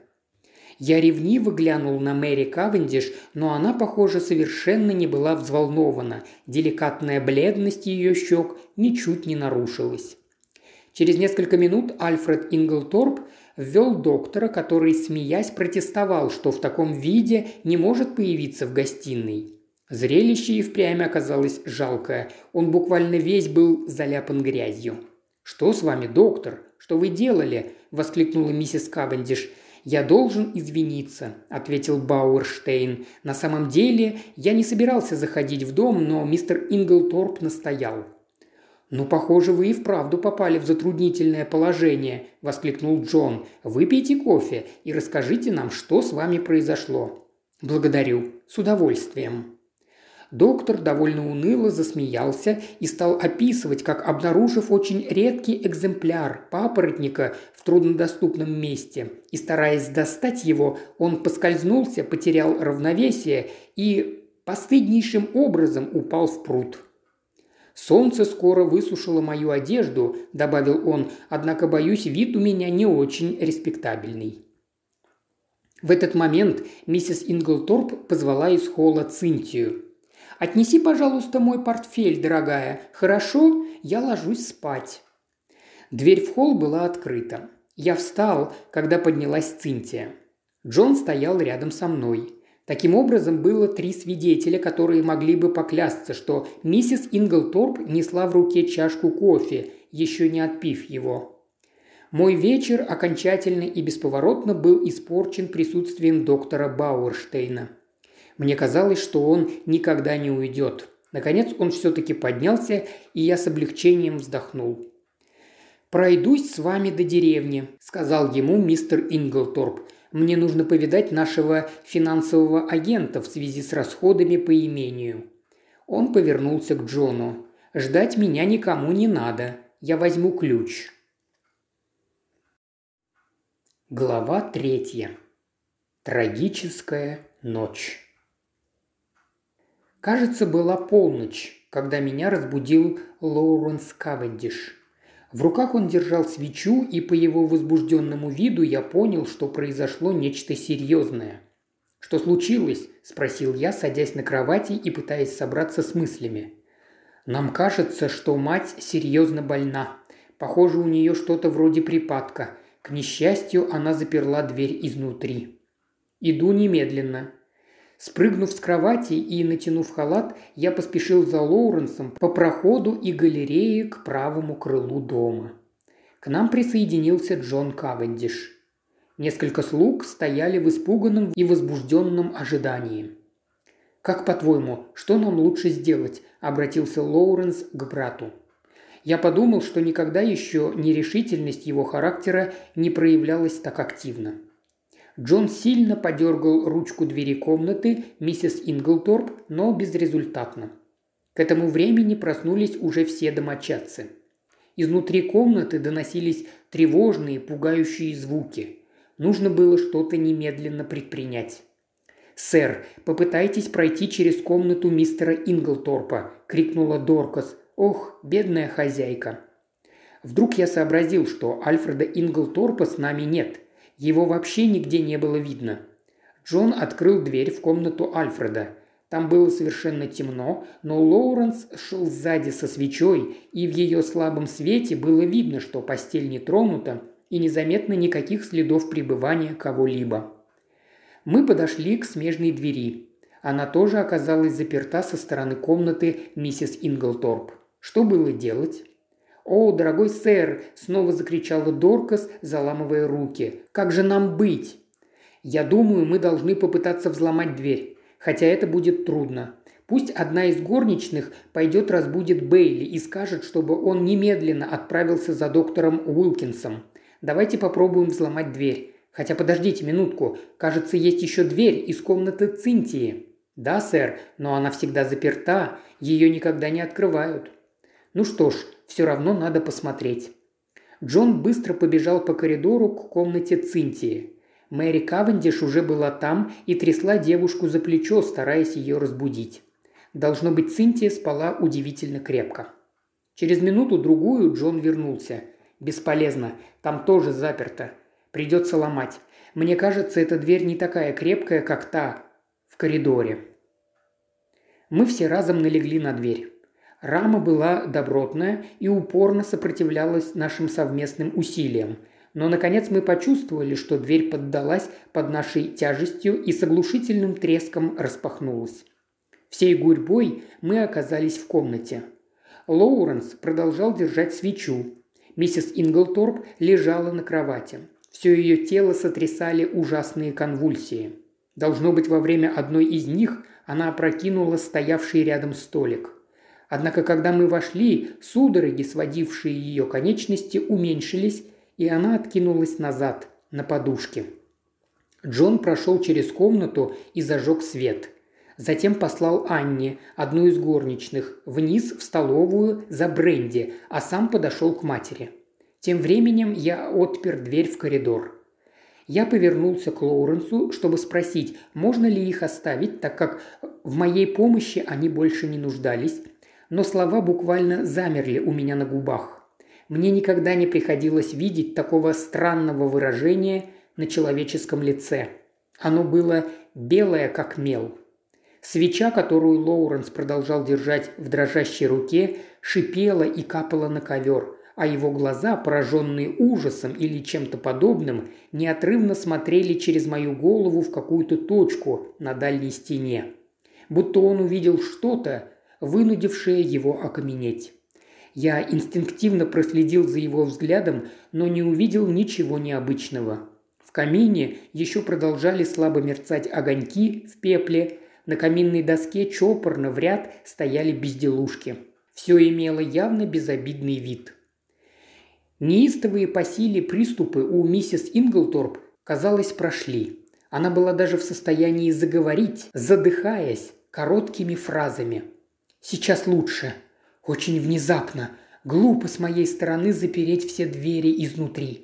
Я ревниво глянул на Мэри Кавендиш, но она, похоже, совершенно не была взволнована. Деликатная бледность ее щек ничуть не нарушилась. Через несколько минут Альфред Инглторп ввел доктора, который, смеясь, протестовал, что в таком виде не может появиться в гостиной. Зрелище и впрямь оказалось жалкое. Он буквально весь был заляпан грязью. «Что с вами, доктор? Что вы делали?» – воскликнула миссис Кавендиш. «Я должен извиниться», – ответил Бауэрштейн. «На самом деле я не собирался заходить в дом, но мистер Инглторп настоял». «Ну, похоже, вы и вправду попали в затруднительное положение», – воскликнул Джон. «Выпейте кофе и расскажите нам, что с вами произошло». «Благодарю. С удовольствием». Доктор довольно уныло засмеялся и стал описывать, как, обнаружив очень редкий экземпляр папоротника в труднодоступном месте и стараясь достать его, он поскользнулся, потерял равновесие и постыднейшим образом упал в пруд. «Солнце скоро высушило мою одежду», – добавил он, – «однако, боюсь, вид у меня не очень респектабельный». В этот момент миссис Инглторп позвала из холла Цинтию. «Отнеси, пожалуйста, мой портфель, дорогая. Хорошо? Я ложусь спать». Дверь в холл была открыта. Я встал, когда поднялась Цинтия. Джон стоял рядом со мной. Таким образом, было 3 свидетеля, которые могли бы поклясться, что миссис Инглторп несла в руке чашку кофе, еще не отпив его. Мой вечер окончательно и бесповоротно был испорчен присутствием доктора Бауэрштейна. Мне казалось, что он никогда не уйдет. Наконец он все-таки поднялся, и я с облегчением вздохнул. «Пройдусь с вами до деревни», – сказал ему мистер Инглторп. «Мне нужно повидать нашего финансового агента в связи с расходами по имению». Он повернулся к Джону. «Ждать меня никому не надо. Я возьму ключ». Глава 3. Трагическая ночь. Кажется, была полночь, когда меня разбудил Лоуренс Кавендиш. В руках он держал свечу, и по его возбужденному виду я понял, что произошло нечто серьезное. «Что случилось?» – спросил я, садясь на кровати и пытаясь собраться с мыслями. «Нам кажется, что мать серьезно больна. Похоже, у нее что-то вроде припадка. К несчастью, она заперла дверь изнутри. «Иду немедленно». Спрыгнув с кровати и натянув халат, я поспешил за Лоуренсом по проходу и галерее к правому крылу дома. К нам присоединился Джон Кавендиш. Несколько слуг стояли в испуганном и возбужденном ожидании. «Как по-твоему, что нам лучше сделать?» – обратился Лоуренс к брату. Я подумал, что никогда еще нерешительность его характера не проявлялась так активно. Джон сильно подергал ручку двери комнаты миссис Инглторп, но безрезультатно. К этому времени проснулись уже все домочадцы. Изнутри комнаты доносились тревожные, пугающие звуки. Нужно было что-то немедленно предпринять. «Сэр, попытайтесь пройти через комнату мистера Инглторпа!» – крикнула Доркас. «Ох, бедная хозяйка!» Вдруг я сообразил, что Альфреда Инглторпа с нами нет. Его вообще нигде не было видно. Джон открыл дверь в комнату Альфреда. Там было совершенно темно, но Лоуренс шел сзади со свечой, и в ее слабом свете было видно, что постель не тронута и незаметно никаких следов пребывания кого-либо. Мы подошли к смежной двери. Она тоже оказалась заперта со стороны комнаты миссис Инглторп. Что было делать? «О, дорогой сэр!» – снова закричала Доркас, заламывая руки. «Как же нам быть?» «Я думаю, мы должны попытаться взломать дверь, хотя это будет трудно. Пусть одна из горничных пойдет разбудит Бейли и скажет, чтобы он немедленно отправился за доктором Уилкинсом. Давайте попробуем взломать дверь. Хотя подождите минутку, кажется, есть еще дверь из комнаты Цинтии». «Да, сэр, но она всегда заперта, ее никогда не открывают». «Ну что ж, все равно надо посмотреть». Джон быстро побежал по коридору к комнате Цинтии. Мэри Кавендиш уже была там и трясла девушку за плечо, стараясь ее разбудить. Должно быть, Цинтия спала удивительно крепко. Через минуту-другую Джон вернулся. «Бесполезно, там тоже заперто. Придется ломать. Мне кажется, эта дверь не такая крепкая, как та в коридоре». Мы все разом налегли на дверь. Рама была добротная и упорно сопротивлялась нашим совместным усилиям. Но, наконец, мы почувствовали, что дверь поддалась под нашей тяжестью и с оглушительным треском распахнулась. Всей гурьбой мы оказались в комнате. Лоуренс продолжал держать свечу. Миссис Инглторп лежала на кровати. Все ее тело сотрясали ужасные конвульсии. Должно быть, во время одной из них она опрокинула стоявший рядом столик. Однако, когда мы вошли, судороги, сводившие ее конечности, уменьшились, и она откинулась назад, на подушке. Джон прошел через комнату и зажег свет. Затем послал Анне, одну из горничных, вниз в столовую за бренди, а сам подошел к матери. Тем временем я отпер дверь в коридор. Я повернулся к Лоуренсу, чтобы спросить, можно ли их оставить, так как в моей помощи они больше не нуждались, но слова буквально замерли у меня на губах. Мне никогда не приходилось видеть такого странного выражения на человеческом лице. Оно было белое, как мел. Свеча, которую Лоуренс продолжал держать в дрожащей руке, шипела и капала на ковер, а его глаза, пораженные ужасом или чем-то подобным, неотрывно смотрели через мою голову в какую-то точку на дальней стене. Будто он увидел что-то, вынудившее его окаменеть. Я инстинктивно проследил за его взглядом, но не увидел ничего необычного. В камине еще продолжали слабо мерцать огоньки в пепле, на каминной доске чопорно в ряд стояли безделушки. Все имело явно безобидный вид. Неистовые по силе приступы у миссис Инглторп, казалось, прошли. Она была даже в состоянии заговорить, задыхаясь короткими фразами. «Сейчас лучше. Очень внезапно. Глупо с моей стороны запереть все двери изнутри».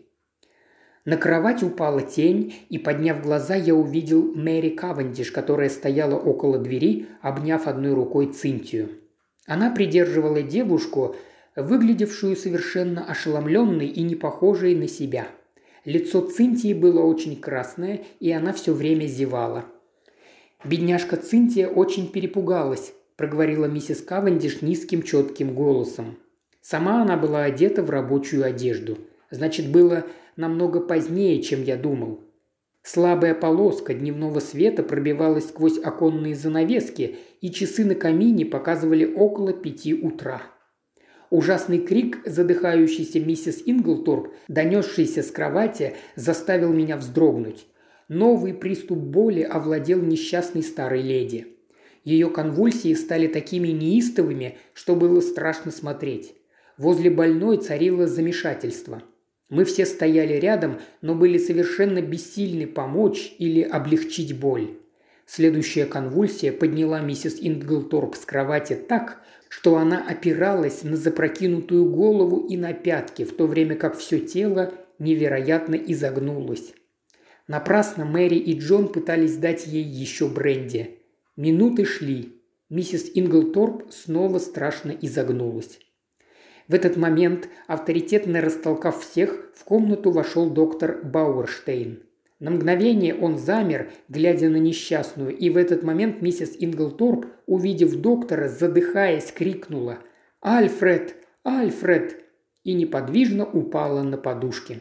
На кровать упала тень, и, подняв глаза, я увидел Мэри Кавендиш, которая стояла около двери, обняв одной рукой Цинтию. Она придерживала девушку, выглядевшую совершенно ошеломленной и не похожей на себя. Лицо Цинтии было очень красное, и она все время зевала. «Бедняжка Цинтия очень перепугалась», – проговорила миссис Кавендиш низким четким голосом. Сама она была одета в рабочую одежду. Значит, было намного позднее, чем я думал. Слабая полоска дневного света пробивалась сквозь оконные занавески, и часы на камине показывали около 5 утра. Ужасный крик задыхающейся миссис Инглторп, донесшийся с кровати, заставил меня вздрогнуть. Новый приступ боли овладел несчастной старой леди. Ее конвульсии стали такими неистовыми, что было страшно смотреть. Возле больной царило замешательство. Мы все стояли рядом, но были совершенно бессильны помочь или облегчить боль. Следующая конвульсия подняла миссис Инглторп с кровати так, что она опиралась на запрокинутую голову и на пятки, в то время как все тело невероятно изогнулось. Напрасно Мэри и Джон пытались дать ей еще бренди. Минуты шли. Миссис Инглторп снова страшно изогнулась. В этот момент, авторитетно растолкав всех, в комнату вошел доктор Бауэрштейн. На мгновение он замер, глядя на несчастную, и в этот момент миссис Инглторп, увидев доктора, задыхаясь, крикнула «Альфред! Альфред!» и неподвижно упала на подушке.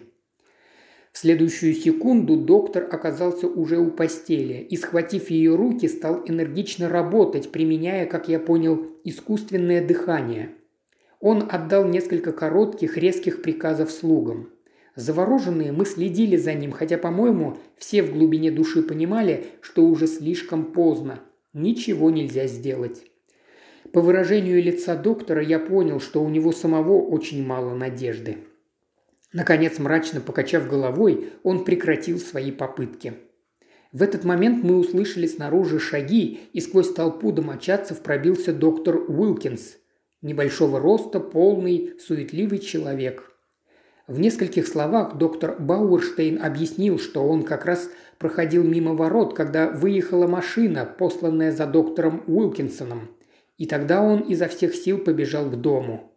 В следующую секунду доктор оказался уже у постели и, схватив ее руки, стал энергично работать, применяя, как я понял, искусственное дыхание. Он отдал несколько коротких, резких приказов слугам. Завороженные мы следили за ним, хотя, по-моему, все в глубине души понимали, что уже слишком поздно. Ничего нельзя сделать. По выражению лица доктора я понял, что у него самого очень мало надежды. Наконец, мрачно покачав головой, он прекратил свои попытки. В этот момент мы услышали снаружи шаги, и сквозь толпу домочадцев пробился доктор Уилкинс. Небольшого роста, полный, суетливый человек. В нескольких словах доктор Бауэрштейн объяснил, что он как раз проходил мимо ворот, когда выехала машина, посланная за доктором Уилкинсоном. И тогда он изо всех сил побежал к дому.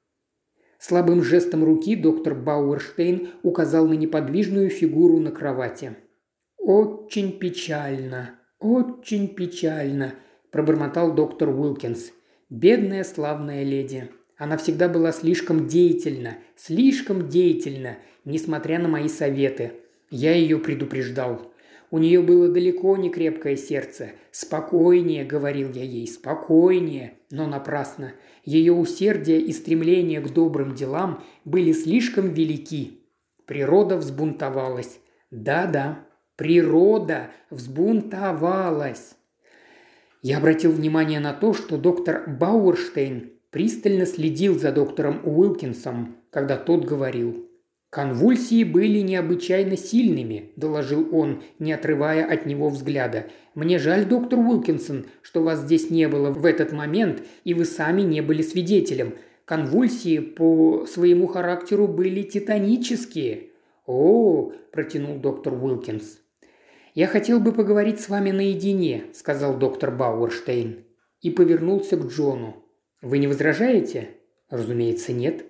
Слабым жестом руки доктор Бауэрштейн указал на неподвижную фигуру на кровати. «Очень печально, очень печально», – пробормотал доктор Уилкинс. «Бедная славная леди. Она всегда была слишком деятельна, несмотря на мои советы. Я ее предупреждал. У нее было далеко не крепкое сердце. «Спокойнее», — говорил я ей, — «спокойнее», но напрасно. Ее усердие и стремление к добрым делам были слишком велики. Природа взбунтовалась. Да-да, природа взбунтовалась. Я обратил внимание на то, что доктор Бауэрштейн пристально следил за доктором Уилкинсом, когда тот говорил. «Конвульсии были необычайно сильными», – доложил он, не отрывая от него взгляда. «Мне жаль, доктор Уилкинсон, что вас здесь не было в этот момент, и вы сами не были свидетелем. Конвульсии по своему характеру были титанические». «О», – протянул доктор Уилкинс. «Я хотел бы поговорить с вами наедине», – сказал доктор Бауэрштейн. И повернулся к Джону. «Вы не возражаете?» «Разумеется, нет».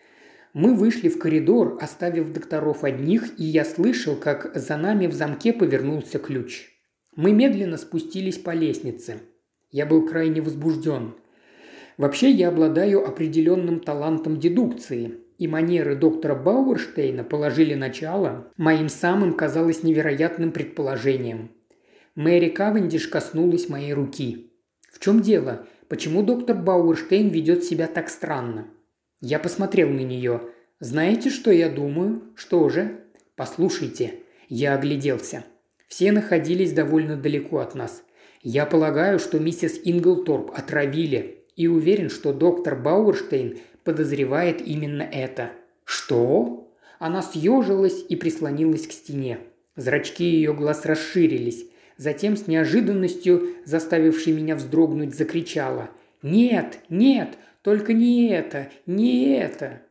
Мы вышли в коридор, оставив докторов одних, и я слышал, как за нами в замке повернулся ключ. Мы медленно спустились по лестнице. Я был крайне возбужден. Вообще я обладаю определенным талантом дедукции, и манеры доктора Бауэрштейна положили начало моим самым, казалось, невероятным предположениям. Мэри Кавендиш коснулась моей руки. «В чем дело? Почему доктор Бауэрштейн ведет себя так странно?» Я посмотрел на нее. «Знаете, что я думаю? Что же?» «Послушайте». Я огляделся. Все находились довольно далеко от нас. Я полагаю, что миссис Инглторп отравили, и уверен, что доктор Бауэрштейн подозревает именно это. «Что?» Она съежилась и прислонилась к стене. Зрачки ее глаз расширились. Затем с неожиданностью, заставившей меня вздрогнуть, закричала. «Нет, нет, только не это, не это!»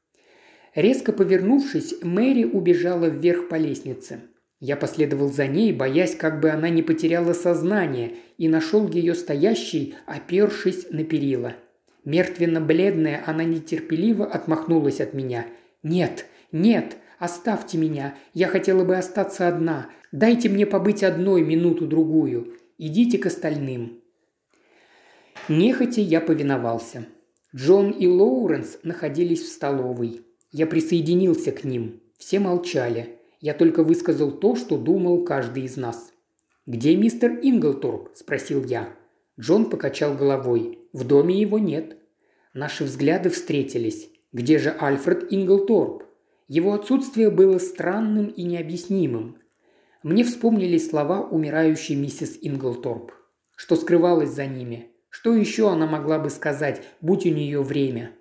Резко повернувшись, Мэри убежала вверх по лестнице. Я последовал за ней, боясь, как бы она не потеряла сознание, и нашел ее стоящей, опершись на перила. Мертвенно-бледная, она нетерпеливо отмахнулась от меня. «Нет, нет, оставьте меня, я хотела бы остаться одна. Дайте мне побыть одной минуту-другую. Идите к остальным». Нехотя я повиновался. Джон и Лоуренс находились в столовой. Я присоединился к ним. Все молчали. Я только высказал то, что думал каждый из нас. «Где мистер Инглторп?» – спросил я. Джон покачал головой. «В доме его нет». Наши взгляды встретились. Где же Альфред Инглторп? Его отсутствие было странным и необъяснимым. Мне вспомнились слова умирающей миссис Инглторп. Что скрывалось за ними? Что еще она могла бы сказать, будь у нее время?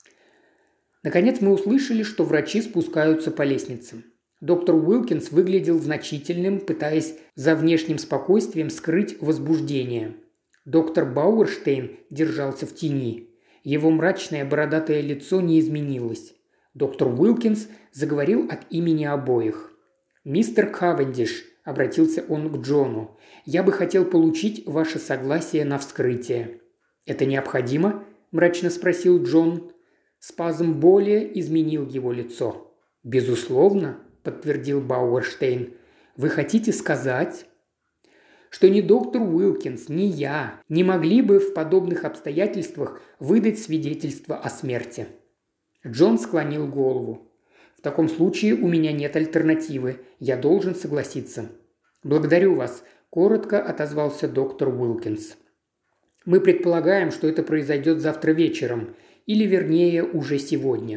Наконец мы услышали, что врачи спускаются по лестнице. Доктор Уилкинс выглядел значительным, пытаясь за внешним спокойствием скрыть возбуждение. Доктор Бауэрштейн держался в тени. Его мрачное бородатое лицо не изменилось. Доктор Уилкинс заговорил от имени обоих. «Мистер Кавендиш», – обратился он к Джону, – «я бы хотел получить ваше согласие на вскрытие». «Это необходимо?» – мрачно спросил Джон. Спазм боли изменил его лицо. «Безусловно», – подтвердил Бауэрштейн. «Вы хотите сказать, что ни доктор Уилкинс, ни я не могли бы в подобных обстоятельствах выдать свидетельство о смерти?» Джон склонил голову. «В таком случае у меня нет альтернативы. Я должен согласиться». «Благодарю вас», – коротко отозвался доктор Уилкинс. «Мы предполагаем, что это произойдет завтра вечером, или вернее уже сегодня».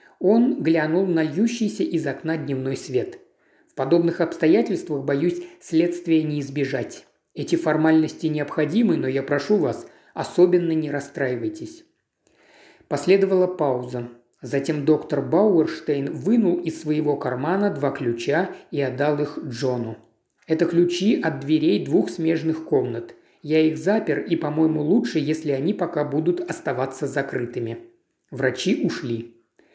Он глянул на льющийся из окна дневной свет. «В подобных обстоятельствах, боюсь, следствия не избежать. Эти формальности необходимы, но я прошу вас, особенно не расстраивайтесь». Последовала пауза. Затем доктор Бауэрштейн вынул из своего кармана 2 ключа и отдал их Джону. «Это ключи от дверей 2 смежных комнат. Я их запер, и, по-моему, лучше, если они пока будут оставаться закрытыми». Врачи ушли.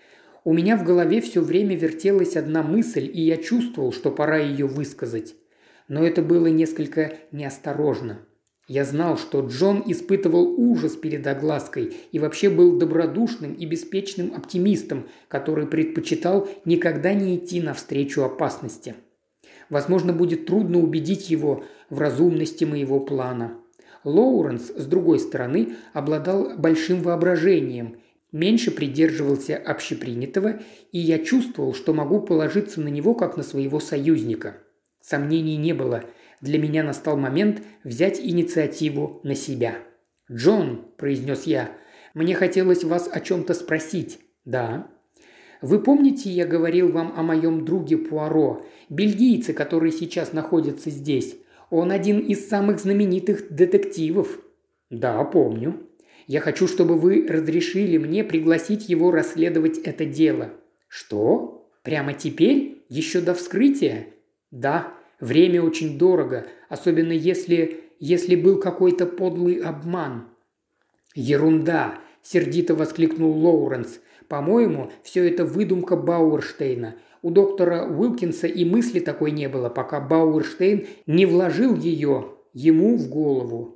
У меня в голове все время вертелась одна мысль, и я чувствовал, что пора ее высказать. Но это было несколько неосторожно. Я знал, что Джон испытывал ужас перед оглаской и вообще был добродушным и беспечным оптимистом, который предпочитал никогда не идти навстречу опасности. Возможно, будет трудно убедить его в разумности моего плана. Лоуренс, с другой стороны, обладал большим воображением, меньше придерживался общепринятого, и я чувствовал, что могу положиться на него как на своего союзника. Сомнений не было. Для меня настал момент взять инициативу на себя. «Джон», – произнес я, – «мне хотелось вас о чем-то спросить». «Да». «Вы помните, я говорил вам о моем друге Пуаро, бельгийце, который сейчас находится здесь? Он один из самых знаменитых детективов». «Да, помню». «Я хочу, чтобы вы разрешили мне пригласить его расследовать это дело». «Что? Прямо теперь? Еще до вскрытия?» «Да. Время очень дорого, особенно если был какой-то подлый обман». «Ерунда!» – сердито воскликнул Лоуренс. «По-моему, все это выдумка Бауэрштейна. У доктора Уилкинса и мысли такой не было, пока Бауэрштейн не вложил ее ему в голову.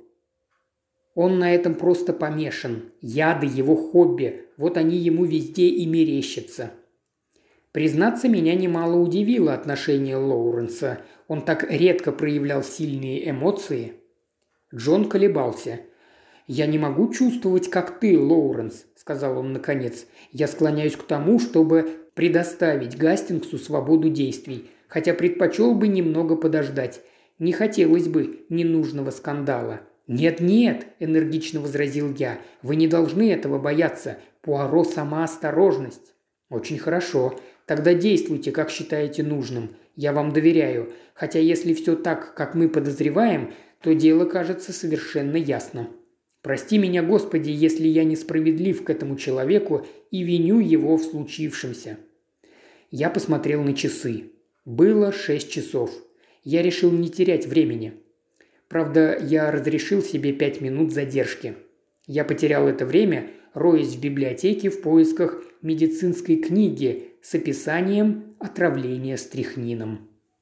Он на этом просто помешан. Яды – его хобби, вот они ему везде и мерещатся». Признаться, меня немало удивило отношение Лоуренса. Он так редко проявлял сильные эмоции. Джон колебался. «Я не могу чувствовать, как ты, Лоуренс», – сказал он наконец. «Я склоняюсь к тому, чтобы предоставить Гастингсу свободу действий, хотя предпочел бы немного подождать. Не хотелось бы ненужного скандала». «Нет-нет», – энергично возразил я, – «вы не должны этого бояться. Пуаро – сама осторожность». «Очень хорошо. Тогда действуйте, как считаете нужным. Я вам доверяю. Хотя если все так, как мы подозреваем, то дело кажется совершенно ясно. Прости меня, Господи, если я несправедлив к этому человеку и виню его в случившемся». Я посмотрел на часы. Было 6 часов. Я решил не терять времени. Правда, я разрешил себе 5 минут задержки. Я потерял это время, роясь в библиотеке в поисках медицинской книги с описанием отравления стрихнином.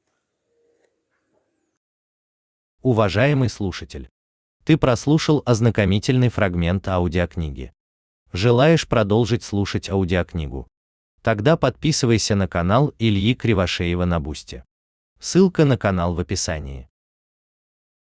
Уважаемый слушатель, ты прослушал ознакомительный фрагмент аудиокниги. Желаешь продолжить слушать аудиокнигу? Тогда подписывайся на канал Ильи Кривошеева на Бусти. Ссылка на канал в описании.